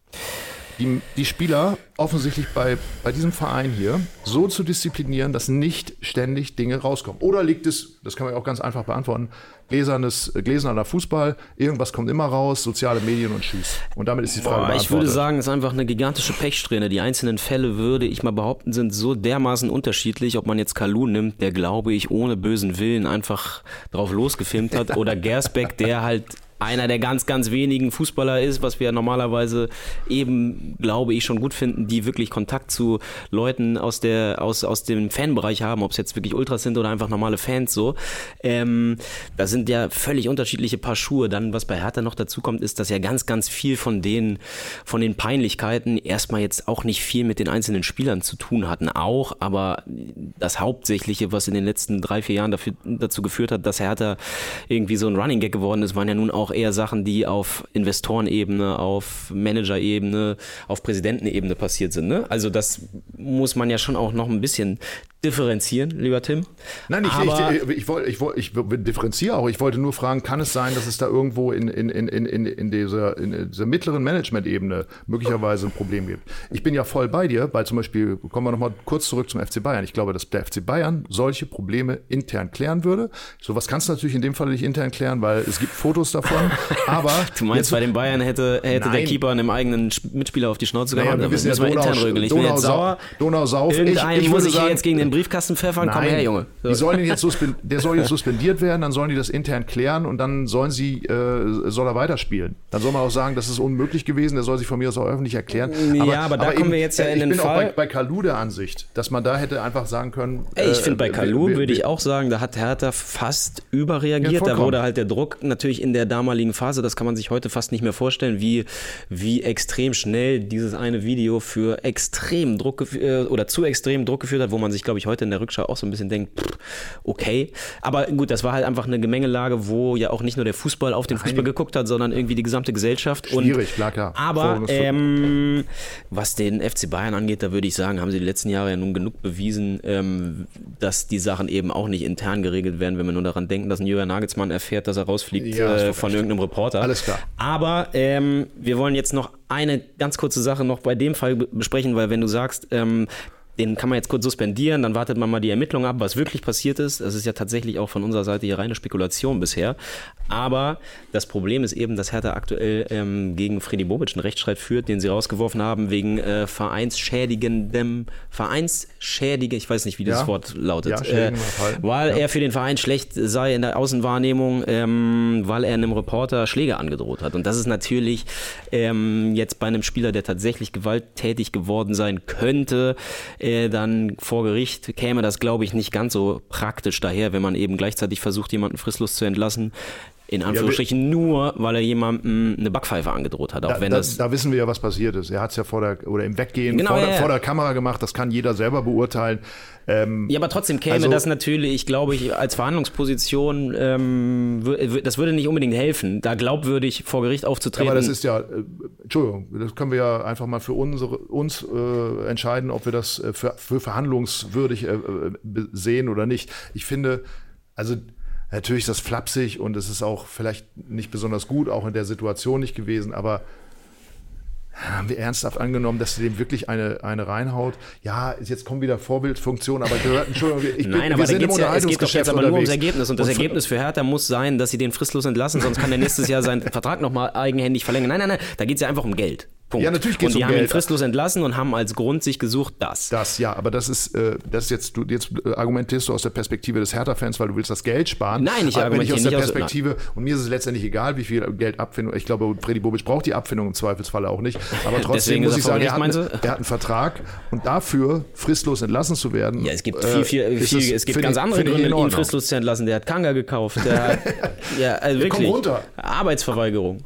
die, die Spieler offensichtlich bei, bei diesem Verein hier so zu disziplinieren, dass nicht ständig Dinge rauskommen? Oder liegt es, das kann man ja auch ganz einfach beantworten, gläsernes, gläserner Fußball, irgendwas kommt immer raus, soziale Medien und tschüss. Und damit ist die Frage Boah, beantwortet. Ich würde sagen, es ist einfach eine gigantische Pechsträhne. Die einzelnen Fälle, würde ich mal behaupten, sind so dermaßen unterschiedlich, ob man jetzt Kalou nimmt, der, glaube ich, ohne bösen Willen einfach drauf losgefilmt hat, oder Gersbeck, der halt einer der ganz, ganz wenigen Fußballer ist, was wir normalerweise eben, glaube ich, schon gut finden, die wirklich Kontakt zu Leuten aus der aus, aus dem Fanbereich haben, ob es jetzt wirklich Ultras sind oder einfach normale Fans so. Ähm, das sind ja völlig unterschiedliche Paar Schuhe. Dann, was bei Hertha noch dazu kommt, ist, dass ja ganz, ganz viel von den, von den Peinlichkeiten erstmal jetzt auch nicht viel mit den einzelnen Spielern zu tun hatten. Auch, aber das Hauptsächliche, was in den letzten drei, vier Jahren dafür, dazu geführt hat, dass Hertha irgendwie so ein Running Gag geworden ist, waren ja nun auch eher Sachen, die auf Investorenebene, auf Managerebene, auf Präsidentenebene passiert sind. Ne? Also das muss man ja schon auch noch ein bisschen differenzieren, lieber Tim. Nein, ich, Aber ich, ich, ich, wollte, ich, wollte, ich differenziere auch. Ich wollte nur fragen, kann es sein, dass es da irgendwo in, in, in, in, in, dieser, in dieser mittleren Management-Ebene möglicherweise ein Problem gibt? Ich bin ja voll bei dir, weil zum Beispiel, kommen wir nochmal kurz zurück zum F C Bayern. Ich glaube, dass der F C Bayern solche Probleme intern klären würde. Sowas kannst du natürlich in dem Fall nicht intern klären, weil es gibt Fotos davon. Aber du meinst, bei den Bayern hätte, hätte der Keeper einem eigenen Mitspieler auf die Schnauze gehauen? Naja, wir wissen ja, Donau, intern rügeln. Ich bin jetzt sauer. Donau-Sauf. Irgendeinen ich, ich muss ich hier jetzt gegen den Briefkasten pfeffern? Komm her, Junge. So. Die sollen ihn jetzt der soll jetzt suspendiert werden, dann sollen die das intern klären und dann sollen sie, äh, soll er weiterspielen. Dann soll man auch sagen, das ist unmöglich gewesen, der soll sich von mir aus auch öffentlich erklären. Aber, ja, aber da aber kommen eben, wir jetzt ja in den Fall. Ich bin auch bei, bei Kalou der Ansicht, dass man da hätte einfach sagen können. Ey, ich äh, finde bei Kalou würde ich auch sagen, da hat Hertha fast überreagiert. Ja, da wurde halt der Druck natürlich in der damaligen Phase, das kann man sich heute fast nicht mehr vorstellen, wie, wie extrem schnell dieses eine Video für extrem Druck oder zu extrem Druck geführt hat, wo man sich, glaube ich, heute in der Rückschau auch so ein bisschen denkt, pff, okay. Aber gut, das war halt einfach eine Gemengelage, wo ja auch nicht nur der Fußball auf den Fußball geguckt hat, sondern irgendwie die gesamte Gesellschaft. Schwierig, und, klar, klar. Aber ähm, was den F C Bayern angeht, da würde ich sagen, haben sie die letzten Jahre ja nun genug bewiesen, ähm, dass die Sachen eben auch nicht intern geregelt werden, wenn wir nur daran denken, dass ein Jürgen Nagelsmann erfährt, dass er rausfliegt ja, äh, von irgendeinem Reporter. Alles klar. Aber ähm, wir wollen jetzt noch eine ganz kurze Sache noch bei dem Fall besprechen, weil wenn du sagst, ähm, den kann man jetzt kurz suspendieren, dann wartet man mal die Ermittlungen ab, was wirklich passiert ist. Das ist ja tatsächlich auch von unserer Seite hier reine Spekulation bisher. Aber das Problem ist eben, dass Hertha aktuell ähm, gegen Fredi Bobic einen Rechtsstreit führt, den sie rausgeworfen haben wegen äh, vereinsschädigendem, vereinsschädige, ich weiß nicht, wie dieses ja. Wort lautet, ja, äh, weil ja. er für den Verein schlecht sei in der Außenwahrnehmung, ähm, weil er einem Reporter Schläge angedroht hat. Und das ist natürlich ähm, jetzt bei einem Spieler, der tatsächlich gewalttätig geworden sein könnte, dann vor Gericht käme das, glaube ich, nicht ganz so praktisch daher, wenn man eben gleichzeitig versucht, jemanden fristlos zu entlassen. In Anführungsstrichen ja, nur, weil er jemandem eine Backpfeife angedroht hat. Auch da, wenn da, das da wissen wir ja, was passiert ist. Er hat es ja vor der, oder im Weggehen genau, vor, ja, der, ja. vor der Kamera gemacht. Das kann jeder selber beurteilen. Ähm, ja, aber trotzdem käme also, das natürlich, glaube ich, als Verhandlungsposition, ähm, w- das würde nicht unbedingt helfen, da glaubwürdig vor Gericht aufzutreten. Aber das ist ja, äh, Entschuldigung, das können wir ja einfach mal für unsere, uns äh, entscheiden, ob wir das äh, für, für verhandlungswürdig äh, sehen oder nicht. Ich finde, also natürlich ist das flapsig und es ist auch vielleicht nicht besonders gut, auch in der Situation nicht gewesen, aber haben wir ernsthaft angenommen, dass sie dem wirklich eine, eine reinhaut? Ja, jetzt kommen wieder Vorbildfunktionen, aber gehört, Entschuldigung, ich bin, Nein, aber wir sind im ja, es geht doch jetzt aber unterwegs. nur ums Ergebnis und das und Ergebnis für Hertha muss sein, dass sie den fristlos entlassen, sonst kann der nächstes Jahr seinen Vertrag nochmal eigenhändig verlängern. Nein, nein, nein, da geht es ja einfach um Geld. Punkt. Ja, natürlich geht's und die um haben Geld. ihn fristlos entlassen und haben als Grund sich gesucht, das. Das, ja, aber das ist, äh, das ist jetzt, du jetzt argumentierst du aus der Perspektive des Hertha-Fans, weil du willst das Geld sparen. Nein, ich aber argumentiere nicht aus der nicht Perspektive, aus, und mir ist es letztendlich egal, wie viel Geld Abfindung, ich glaube, Fredi Bobic braucht die Abfindung im Zweifelsfalle auch nicht, aber trotzdem muss ich sagen, er hat, eine, er hat einen Vertrag und dafür fristlos entlassen zu werden. Ja, es gibt viel, viel, äh, viel es gibt ganz die, andere Gründe, ihn fristlos zu entlassen. Der hat Kanga gekauft, der hat, ja, also wirklich, komm runter. Arbeitsverweigerung.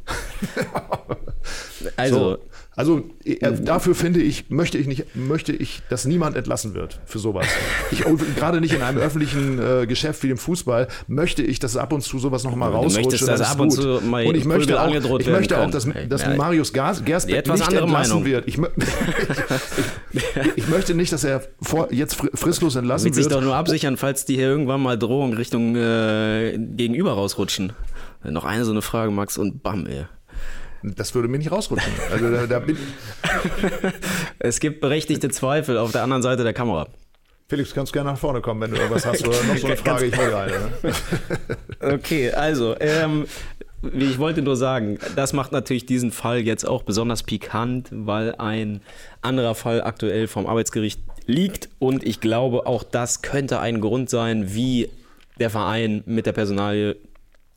Also, so. Also äh, dafür finde ich, möchte ich nicht, möchte ich, dass niemand entlassen wird für sowas. Ich, gerade nicht in einem öffentlichen äh, Geschäft wie dem Fußball möchte ich, dass ab und zu sowas noch mal rausrutscht. Du möchtest, dass ab und zu mal und ich möchte auch, angedroht ich möchte auch, können. dass, dass ja, Marius Gersbeck nicht entlassen Meinung. wird. Ich, ich, ich möchte nicht, dass er vor, jetzt fristlos entlassen wird. Du willst dich doch nur absichern, falls die hier irgendwann mal Drohungen Richtung äh, Gegenüber rausrutschen. Noch eine so eine Frage, Max, und bam, ey. Das würde mir nicht rausrutschen. Also da, da bin es gibt berechtigte Zweifel auf der anderen Seite der Kamera. Felix, du kannst gerne nach vorne kommen, wenn du irgendwas hast oder noch so eine Frage. Ich hole eine. Ne? Okay, also, ähm, ich wollte nur sagen, das macht natürlich diesen Fall jetzt auch besonders pikant, weil ein anderer Fall aktuell vom Arbeitsgericht liegt und ich glaube, auch das könnte ein Grund sein, wie der Verein mit der Personalie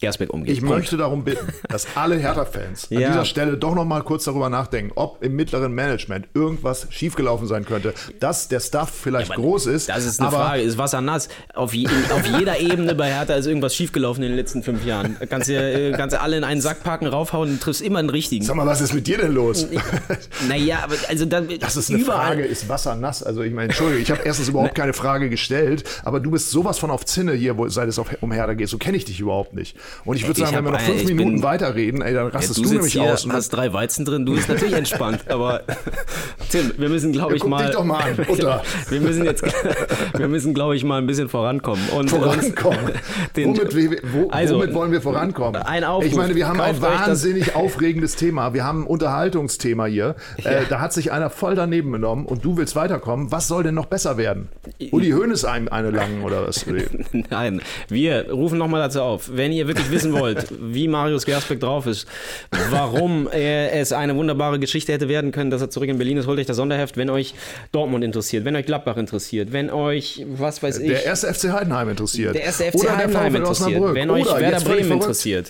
Gersbeck umgeht. Ich Punkt. möchte darum bitten, dass alle Hertha-Fans an Ja. dieser Stelle doch noch mal kurz darüber nachdenken, ob im mittleren Management irgendwas schiefgelaufen sein könnte, dass der Staff vielleicht Aber groß ist. Das ist eine aber Frage. Ist Wasser nass? Auf, je, auf jeder Ebene bei Hertha ist irgendwas schiefgelaufen in den letzten fünf Jahren. Kannst du äh, kannst du alle in einen Sack packen, raufhauen und triffst immer einen richtigen. Sag mal, was ist mit dir denn los? Naja, aber also dann, Das ist eine überall. Frage, ist Wasser nass? Also ich meine, Entschuldigung, ich habe erstens überhaupt keine Frage gestellt, aber du bist sowas von auf Zinne hier, wo, seit es auf, um Hertha geht. So kenne ich dich überhaupt nicht. Und ich würde Ich sagen, wenn wir hab- noch fünf ich Minuten bin- weiterreden, ey, dann rastest Ja, du, du nämlich sitzt hier, aus. Und hast drei Weizen drin, du bist natürlich entspannt, aber Tim, wir müssen, glaube Ja, ich, guck mal, dich doch mal an, Butter. wir müssen jetzt, wir müssen, glaube ich, mal ein bisschen vorankommen. Und vorankommen. uns den, womit, wir- wo, Also, womit wollen wir vorankommen? ein Aufruf. Ich meine, wir haben ein Kauft euch das- wahnsinnig aufregendes Thema. Wir haben ein Unterhaltungsthema hier. Äh, da hat sich einer voll daneben genommen und du willst weiterkommen. Was soll denn noch besser werden? Uli Hoeneß ein, eine langen oder was? Nein, wir rufen nochmal dazu auf, wenn ihr wirklich wissen wollt, wie Marius Gersbeck drauf ist, warum äh, es eine wunderbare Geschichte hätte werden können, dass er zurück in Berlin ist, holt euch das Sonderheft, wenn euch Dortmund interessiert, wenn euch Gladbach interessiert, wenn euch, was weiß ich, Der erste F C Heidenheim interessiert. der erste F C Oder der Heidenheim VfL interessiert, Osnabrück. wenn euch Oder, Werder jetzt völlig Bremen verrückt, interessiert,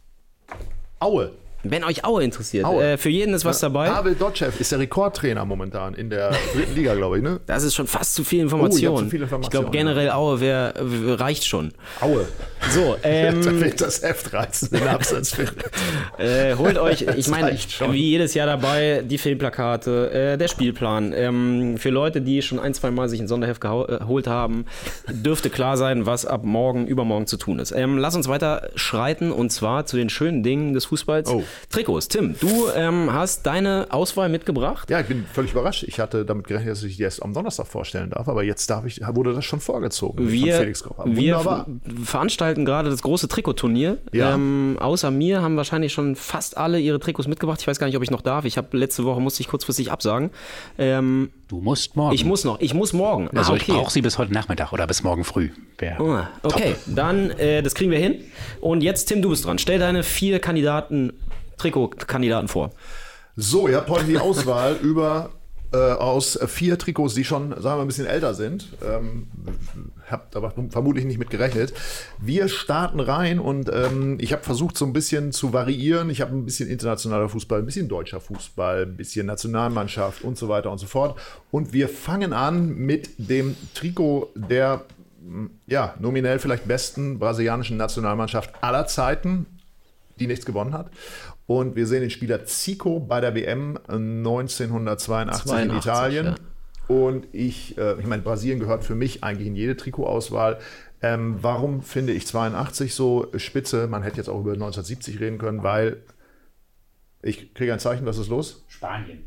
Aue. wenn euch Aue interessiert, Aue. äh, für jeden ist was dabei. Pavel Dotschew ist der Rekordtrainer momentan in der dritten Liga, glaube ich, ne? Das ist schon fast zu viel Oh, Information. ich hab zu viel Information, Ich glaube generell Aue wär, reicht schon. Aue. So, ähm, Da will ich das Heft reißen, den Absatz finden. Äh, holt euch, ich Das meine, reicht schon. wie jedes Jahr dabei, die Filmplakate, äh, der Spielplan. Ähm, für Leute, die schon ein, zwei Mal sich ein Sonderheft geholt haben, dürfte klar sein, was ab morgen, übermorgen zu tun ist. Ähm, lass uns weiter schreiten und zwar zu den schönen Dingen des Fußballs. Oh. Trikots. Tim, du ähm, hast deine Auswahl mitgebracht. Ja, ich bin völlig überrascht. Ich hatte damit gerechnet, dass ich die erst am Donnerstag vorstellen darf, aber jetzt darf ich, wurde das schon vorgezogen Wir, von Felix Koch. wir Wunderbar. veranstalten gerade das große Trikotturnier. Ja. Ähm, außer mir haben wahrscheinlich schon fast alle ihre Trikots mitgebracht. Ich weiß gar nicht, ob ich noch darf. Ich habe letzte Woche musste ich kurzfristig absagen. Ähm, Du musst morgen. ich muss noch. Ich muss morgen. also ah, ich okay. brauche sie bis heute Nachmittag oder bis morgen früh. Wär Ah, okay, dann äh, das kriegen wir hin. Und jetzt Tim, du bist dran. Stell deine vier Kandidaten, Trikotkandidaten vor. So, ihr habt heute die Auswahl über äh, aus vier Trikots, die schon, sagen wir mal, ein bisschen älter sind. Ähm, habt aber vermutlich nicht mit gerechnet. Wir starten rein und ähm, ich habe versucht, so ein bisschen zu variieren. Ich habe ein bisschen internationaler Fußball, ein bisschen deutscher Fußball, ein bisschen Nationalmannschaft und so weiter und so fort. Und wir fangen an mit dem Trikot der ja, nominell vielleicht besten brasilianischen Nationalmannschaft aller Zeiten, die nichts gewonnen hat. Und wir sehen den Spieler Zico bei der W M neunzehnhundertzweiundachtzig in zweiundachtzig, Italien. ja. Und ich, äh, ich meine, Brasilien gehört für mich eigentlich in jede Trikotauswahl. Ähm, warum finde ich zweiundachtzig so spitze? Man hätte jetzt auch über neunzehnhundertsiebzig reden können, weil ich kriege ein Zeichen, was ist los? Spanien.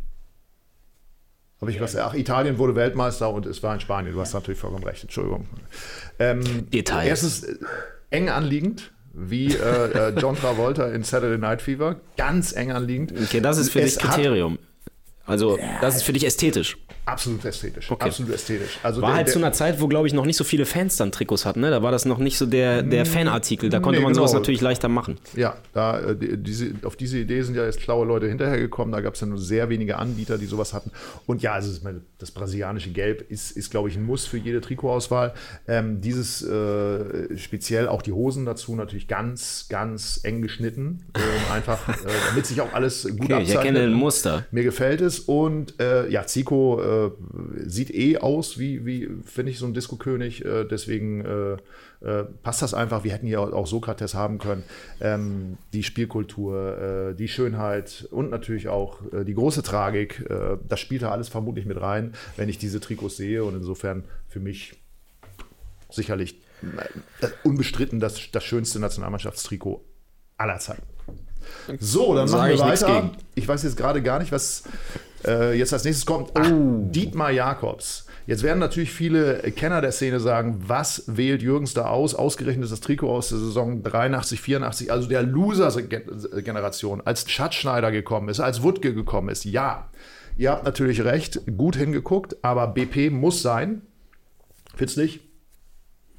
Habe ich was? Ach, Italien wurde Weltmeister und es war in Spanien. Du hast natürlich vollkommen recht. Entschuldigung. Ähm, Details. Erstens äh, eng anliegend, wie äh, äh, John Travolta in Saturday Night Fever. Ganz eng anliegend. Okay, das ist für Es dich hat- Kriterium. Also, das ist für dich ästhetisch. Absolut ästhetisch. Okay. Absolut ästhetisch. Also War der, halt der, zu einer Zeit, wo, glaube ich, noch nicht so viele Fans dann Trikots hatten. Ne? Da war das noch nicht so der, der Fanartikel. Da konnte nee, man sowas genau. natürlich leichter machen. Ja, da, äh, die- diese, auf diese Idee sind ja jetzt schlaue Leute hinterhergekommen. Da gab es ja nur sehr wenige Anbieter, die sowas hatten. Und ja, also ich meine, das brasilianische Gelb ist, ist glaube ich, ein Muss für jede Trikotauswahl. Ähm, dieses äh, speziell auch die Hosen dazu natürlich ganz, ganz eng geschnitten. Ähm, einfach, äh, damit sich auch alles gut Okay, ich erkenne ein Muster. Mir gefällt es. Und äh, ja, Zico äh, sieht eh aus wie, wie finde ich, so ein Disco-König. Äh, deswegen äh, äh, passt das einfach. Wir hätten hier auch Sokrates haben können. Ähm, die Spielkultur, äh, die Schönheit und natürlich auch äh, die große Tragik. Äh, das spielt da alles vermutlich mit rein, wenn ich diese Trikots sehe. Und insofern für mich sicherlich äh, unbestritten das, das schönste Nationalmannschaftstrikot aller Zeiten. So, dann Sag machen wir ich nichts weiter. gegen. Ich weiß jetzt gerade gar nicht, was äh, jetzt als nächstes kommt. Ach, Dietmar Jakobs. Jetzt werden natürlich viele Kenner der Szene sagen, was wählt Jürgens da aus? Ausgerechnet das Trikot aus der Saison dreiundachtzig, vierundachtzig, also der Loser-Generation, als Schatzschneider gekommen ist, als Wuttke gekommen ist. Ja, ihr habt natürlich recht, gut hingeguckt, aber B P muss sein. Findest du nicht? Doch.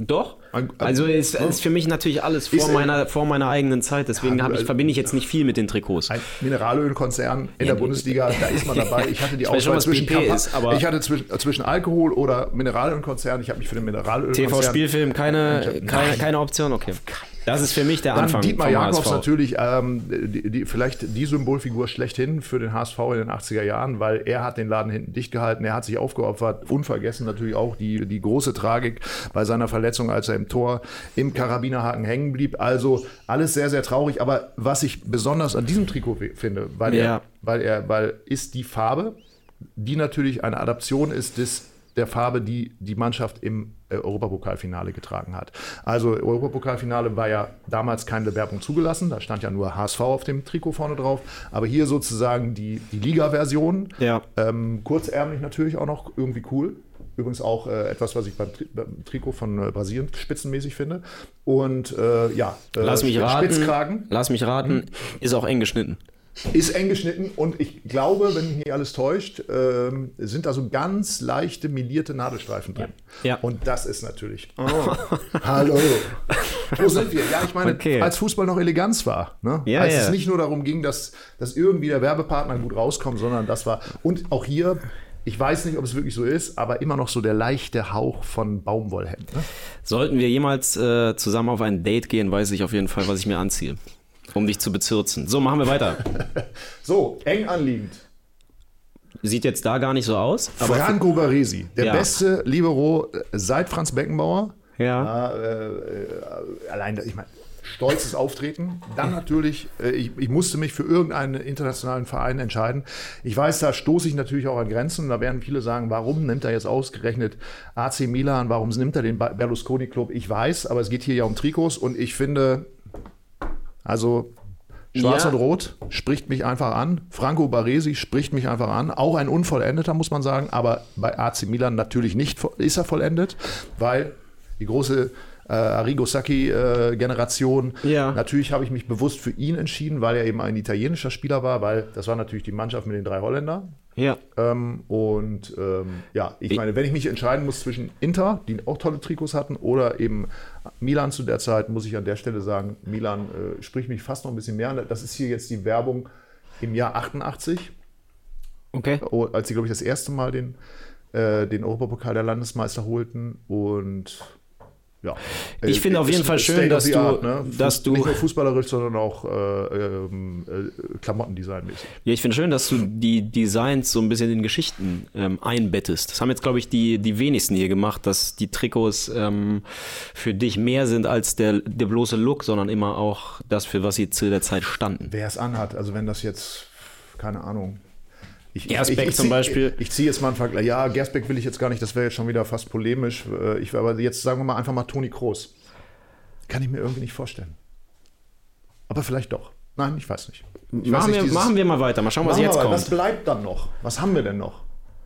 Also ist, ist für mich natürlich alles vor, Ist, meiner, vor meiner eigenen Zeit, deswegen Ja, hab ich, also- verbinde ich jetzt nicht viel mit den Trikots. Ein Mineralölkonzern in Ja, der Bundesliga, da ist man dabei. Ich hatte die Ich weiß schon, Auswahl was zwischen, B P Kampa- ist, aber- ich hatte zwischen, zwischen Alkohol oder Mineralölkonzern. Ich habe mich für den Mineralölkonzern. T V-Spielfilm, keine, keine, keine Option, okay. Das ist für mich der Dann Anfang Dietmar vom Jakobs H S V. natürlich, ähm, die, die, vielleicht die Symbolfigur schlechthin für den H S V in den achtziger Jahren, weil er hat den Laden hinten dicht gehalten, er hat sich aufgeopfert. Unvergessen natürlich auch die, die große Tragik bei seiner Verletzung, als er im Tor im Karabinerhaken hängen blieb. Also alles sehr, sehr traurig. Aber was ich besonders an diesem Trikot finde, weil, Ja. er, weil er, weil ist die Farbe, die natürlich eine Adaption ist des der Farbe, die die Mannschaft im äh, Europapokalfinale getragen hat. Also Europapokalfinale war ja damals keine Bewerbung zugelassen, da stand ja nur H S V auf dem Trikot vorne drauf, aber hier sozusagen die, die Liga-Version, Ja. ähm, kurzärmlich natürlich auch noch irgendwie cool. Übrigens auch äh, etwas, was ich beim, Tri beim Trikot von äh, Brasilien spitzenmäßig finde. Und äh, ja, äh, Lass mich raten, Spitzkragen. lass mich raten, ist auch eng geschnitten. Ist eng geschnitten und ich glaube, wenn mich nicht alles täuscht, ähm, sind da so ganz leichte melierte Nadelstreifen drin. Ja. Und das ist natürlich. Oh, hallo. Wo sind wir? Ja, ich meine, Okay. als Fußball noch Eleganz war. Ne? Ja, als ja. es nicht nur darum ging, dass, dass irgendwie der Werbepartner gut rauskommt, sondern das war. Und auch hier, ich weiß nicht, ob es wirklich so ist, aber immer noch so der leichte Hauch von Baumwollhemd. Ne? Sollten wir jemals äh, zusammen auf ein Date gehen, weiß ich auf jeden Fall, was ich mir anziehe, um dich zu bezirzen. So, machen wir weiter. So, eng anliegend. Sieht jetzt da gar nicht so aus. Aber Franco Baresi, der Ja. beste Libero seit Franz Beckenbauer. Ja. Äh, äh, allein, ich meine, stolzes Auftreten. Dann natürlich, äh, ich, ich musste mich für irgendeinen internationalen Verein entscheiden. Ich weiß, da stoße ich natürlich auch an Grenzen. Da werden viele sagen, warum nimmt er jetzt ausgerechnet A C Milan? Warum nimmt er den Berlusconi-Club? Ich weiß, aber es geht hier ja um Trikots und ich finde, also Schwarz Ja. und Rot spricht mich einfach an. Franco Baresi spricht mich einfach an. Auch ein Unvollendeter, muss man sagen. Aber bei A C Milan natürlich nicht ist er vollendet, weil die große äh, Arrigo Sacchi-Generation, Ja. natürlich habe ich mich bewusst für ihn entschieden, weil er eben ein italienischer Spieler war, weil das war natürlich die Mannschaft mit den drei Holländern. Ja. Ähm, und ähm, ja, ich meine, wenn ich mich entscheiden muss zwischen Inter, die auch tolle Trikots hatten, oder eben Milan zu der Zeit, muss ich an der Stelle sagen, Milan äh, spricht mich fast noch ein bisschen mehr an. Das ist hier jetzt die Werbung im Jahr achtundachtzig, Okay. oh, als sie, glaube ich, das erste Mal den, äh, den Europapokal der Landesmeister holten. Und ja. Ich Äh, finde auf jeden ist Fall State schön, of dass the du- Art, ne? dass du- Nicht nur fußballerisch, sondern auch äh, ähm, äh, Klamottendesign-mäßig. Ja, ich finde schön, dass du die Designs so ein bisschen in Geschichten ähm, einbettest. Das haben jetzt, glaube ich, die, die wenigsten hier gemacht, dass die Trikots ähm, für dich mehr sind als der, der bloße Look, sondern immer auch das, für was sie zu der Zeit standen. Wer es anhat, also wenn das jetzt, keine Ahnung. Ich, Gersbeck ich, ich, zum zieh- Beispiel. Ich, ich ziehe jetzt mal einen Vergleich. Ja, Gersbeck will ich jetzt gar nicht, das wäre jetzt schon wieder fast polemisch. Äh, Ich, aber jetzt sagen wir mal einfach mal Toni Kroos. Kann ich mir irgendwie nicht vorstellen. Aber vielleicht doch. Nein, ich weiß nicht. Ich weiß Machen, nicht, wir, dieses- machen wir mal weiter, mal schauen, was Machen wir jetzt mal. kommt. Was bleibt dann noch? Was haben wir denn noch?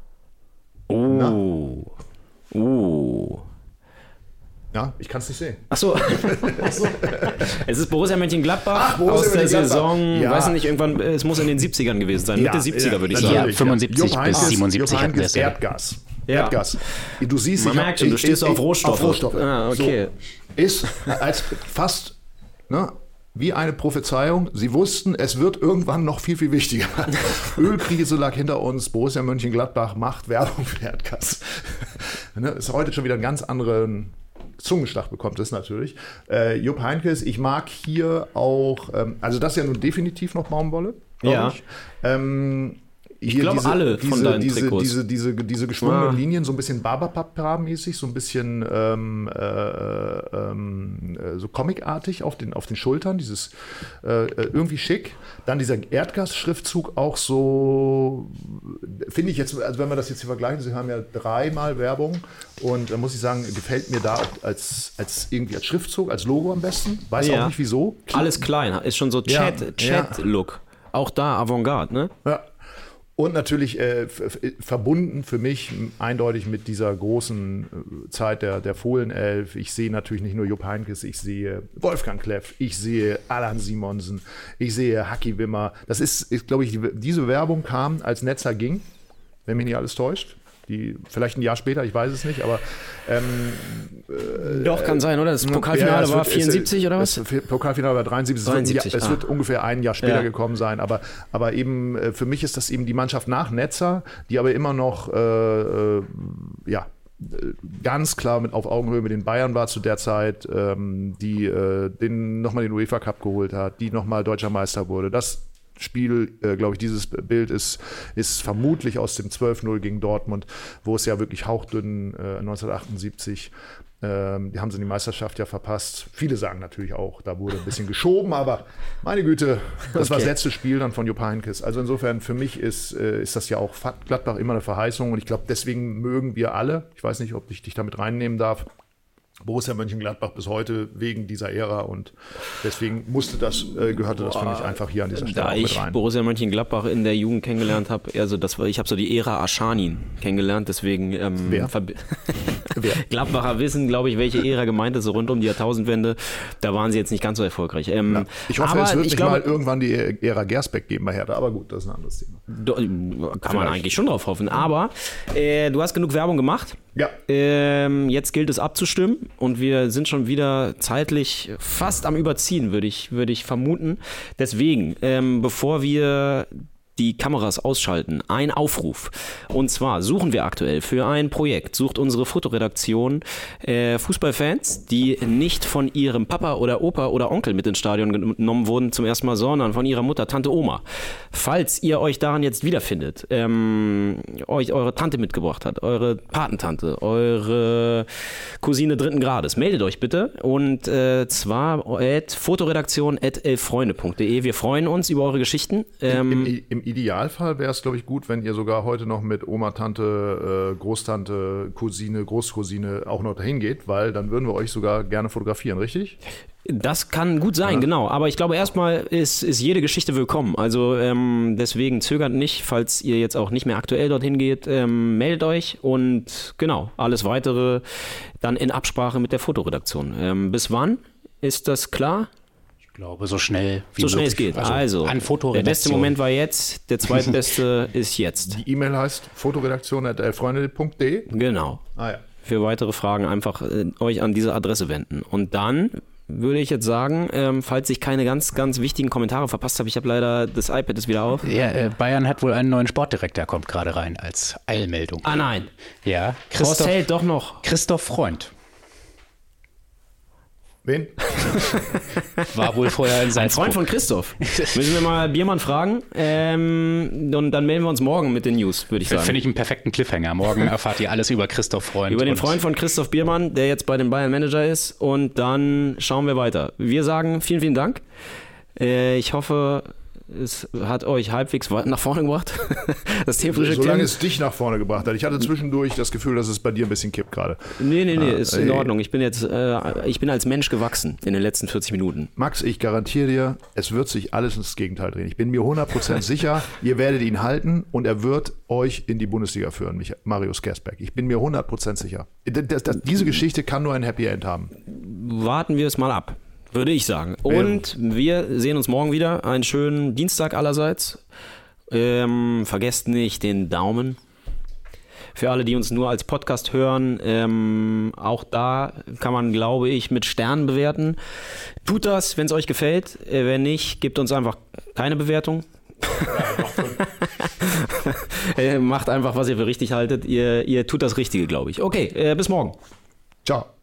Oh. Oh. Ja, ich kann es nicht sehen. Achso. Es ist Borussia Mönchengladbach Ach, Borussia aus der Mönchengladbach. Saison, Ja. weiß nicht, irgendwann, es muss in den siebzigern gewesen sein, Mitte Ja, siebziger ja, würde ich natürlich. sagen. Ja, fünfundsiebzig Jupp bis Heynckes- siebenundsiebzig Jupp hatten wir es Heynckes ja. Erdgas. Ja. Erdgas. Du siehst, Man ich hab- merkt schon, du ich- stehst ich- auf Rohstoffe. Auf Rohstoffe. Ah, okay. So, ist als fast ne, wie eine Prophezeiung. Sie wussten, es wird irgendwann noch viel, viel wichtiger. Ölkrise lag hinter uns. Borussia Mönchengladbach macht Werbung für Erdgas. Ne, ist heute schon wieder einen ganz anderen Zungenschlag bekommt es natürlich. Äh, Jupp Heynckes, ich mag hier auch, ähm, also das ist ja nun definitiv noch Baumwolle, glaube Ja. ich. Ähm, ich glaub, alle von diese, deinen diese, Trikots. diese, diese, diese geschwungenen Ah. Linien, so ein bisschen Barberpapp-mäßig, so ein bisschen ähm, äh, ähm, äh, so comicartig auf den, auf den Schultern, dieses äh, irgendwie schick. Dann dieser Erdgas-Schriftzug auch so, finde ich jetzt, also wenn wir das jetzt hier vergleichen, Sie haben ja dreimal Werbung und da muss ich sagen, gefällt mir da auch als, als irgendwie als Schriftzug, als Logo am besten. Weiß Ja. auch nicht wieso. Alles klein, ist schon so Ja, Chat, Chat-Look. Auch da Avantgarde, ne? Ja. Und natürlich äh, f- f- verbunden für mich m, eindeutig mit dieser großen äh, Zeit der, der Fohlenelf. Ich sehe natürlich nicht nur Jupp Heynckes, ich sehe Wolfgang Kleff, ich sehe Alan Simonsen, ich sehe Haki Wimmer. Das ist, ist glaube ich, die, diese Werbung kam, als Netzer ging, wenn mich nicht alles täuscht. Die, vielleicht ein Jahr später, ich weiß es nicht, aber ähm, äh, doch, kann sein, oder? Das Pokalfinale ja, war wird, vierundsiebzig, es, oder was? Das Pokalfinale war dreiundsiebzig, dreiundsiebzig. Es, wird, ein Jahr, ah. es wird ungefähr ein Jahr später ja. gekommen sein, aber, aber eben äh, für mich ist das eben die Mannschaft nach Netzer, die aber immer noch, äh, äh, ja, ganz klar mit auf Augenhöhe mit den Bayern war zu der Zeit, ähm, die äh, den, nochmal den UEFA Cup geholt hat, die nochmal deutscher Meister wurde. Das Spiel, äh, glaube ich, dieses Bild ist, ist vermutlich aus dem zwölf null gegen Dortmund, wo es ja wirklich hauchdünn äh, neunzehnhundertachtundsiebzig, ähm, die haben sie die Meisterschaft ja verpasst. Viele sagen natürlich auch, da wurde ein bisschen geschoben, aber meine Güte, das okay. war das letzte Spiel dann von Jupp Heynckes. Also insofern, für mich ist, äh, ist das ja auch Gladbach immer eine Verheißung und ich glaube, deswegen mögen wir alle, ich weiß nicht, ob ich dich damit reinnehmen darf, Borussia Mönchengladbach bis heute wegen dieser Ära und deswegen musste das, äh, gehörte das für mich einfach hier an dieser Stelle da auch mit rein. Da ich Borussia Mönchengladbach in der Jugend kennengelernt habe, also das war, ich habe so die Ära Aschanin kennengelernt, deswegen ähm, Wer? Wer? Gladbacher wissen, glaube ich, welche Ära gemeint ist, so rund um die Jahrtausendwende, da waren sie jetzt nicht ganz so erfolgreich. Ähm, ja, ich hoffe, es wird nicht glaube, mal irgendwann die Ära Gersbeck geben bei Hertha, aber gut, das ist ein anderes Thema. Do, kann Vielleicht. man eigentlich schon drauf hoffen, aber äh, du hast genug Werbung gemacht. Ja. Ähm, jetzt gilt es abzustimmen und wir sind schon wieder zeitlich fast am Überziehen, würde ich, würde ich vermuten. Deswegen, ähm, bevor wir die Kameras ausschalten, ein Aufruf. Und zwar suchen wir aktuell für ein Projekt, sucht unsere Fotoredaktion äh, Fußballfans, die nicht von ihrem Papa oder Opa oder Onkel mit ins Stadion genommen wurden zum ersten Mal, sondern von ihrer Mutter, Tante, Oma. Falls ihr euch daran jetzt wiederfindet, ähm, euch eure Tante mitgebracht hat, eure Patentante, eure Cousine dritten Grades, meldet euch bitte und äh, zwar at fotoredaktion at elffreunde punkt de. Wir freuen uns über eure Geschichten. Ähm, Im, im, im Idealfall wäre es, glaube ich, gut, wenn ihr sogar heute noch mit Oma, Tante, äh, Großtante, Cousine, Großcousine auch noch dahin geht, weil dann würden wir euch sogar gerne fotografieren, richtig? Das kann gut sein, ja. Genau. Aber ich glaube, erstmal ist, ist jede Geschichte willkommen. Also ähm, deswegen zögert nicht, falls ihr jetzt auch nicht mehr aktuell dorthin geht, ähm, meldet euch und genau, alles Weitere dann in Absprache mit der Fotoredaktion. Ähm, bis wann ist das klar? Ich glaube, so schnell wie So schnell möglich. es geht. Also, also der beste Moment war jetzt, der zweitbeste ist jetzt. Die E-Mail heißt fotoredaktion at elffreunde punkt de. Genau. Ah, ja. Für weitere Fragen einfach äh, euch an diese Adresse wenden. Und dann würde ich jetzt sagen, ähm, falls ich keine ganz, ganz wichtigen Kommentare verpasst habe, ich habe leider, das iPad ist wieder auf. Ja, äh, Bayern hat wohl einen neuen Sportdirektor, kommt gerade rein als Eilmeldung. Ah nein. Ja, Christoph, Horst Held doch noch. Christoph Freund. Wen? War wohl vorher in Salzburg. Ein Freund von Christoph. Müssen wir mal Biermann fragen. Ähm, und dann melden wir uns morgen mit den News, würde ich sagen. Finde ich einen perfekten Cliffhanger. Morgen erfahrt ihr alles über Christoph Freund. Über den Freund von Christoph Biermann, der jetzt bei den Bayern Manager ist. Und dann schauen wir weiter. Wir sagen vielen, vielen Dank. Äh, ich hoffe, es hat euch halbwegs nach vorne gebracht. Das Themenfrühstück. Solange es dich nach vorne gebracht hat. Ich hatte zwischendurch das Gefühl, dass es bei dir ein bisschen kippt gerade. Nee, nee, nee, ah, ist in Ordnung. Ich bin jetzt, äh, ich bin als Mensch gewachsen in den letzten vierzig Minuten. Max, ich garantiere dir, es wird sich alles ins Gegenteil drehen. Ich bin mir hundert Prozent sicher, ihr werdet ihn halten und er wird euch in die Bundesliga führen, Marius Gersbeck. Ich bin mir hundert Prozent sicher. Das, das, diese Geschichte kann nur ein Happy End haben. Warten wir es mal ab. Würde ich sagen. Und wir sehen uns morgen wieder. Einen schönen Dienstag allerseits. Ähm, vergesst nicht den Daumen. Für alle, die uns nur als Podcast hören, ähm, auch da kann man, glaube ich, mit Sternen bewerten. Tut das, wenn es euch gefällt. Äh, wenn nicht, gebt uns einfach keine Bewertung. äh, macht einfach, was ihr für richtig haltet. Ihr, ihr tut das Richtige, glaube ich. Okay, äh, bis morgen. Ciao.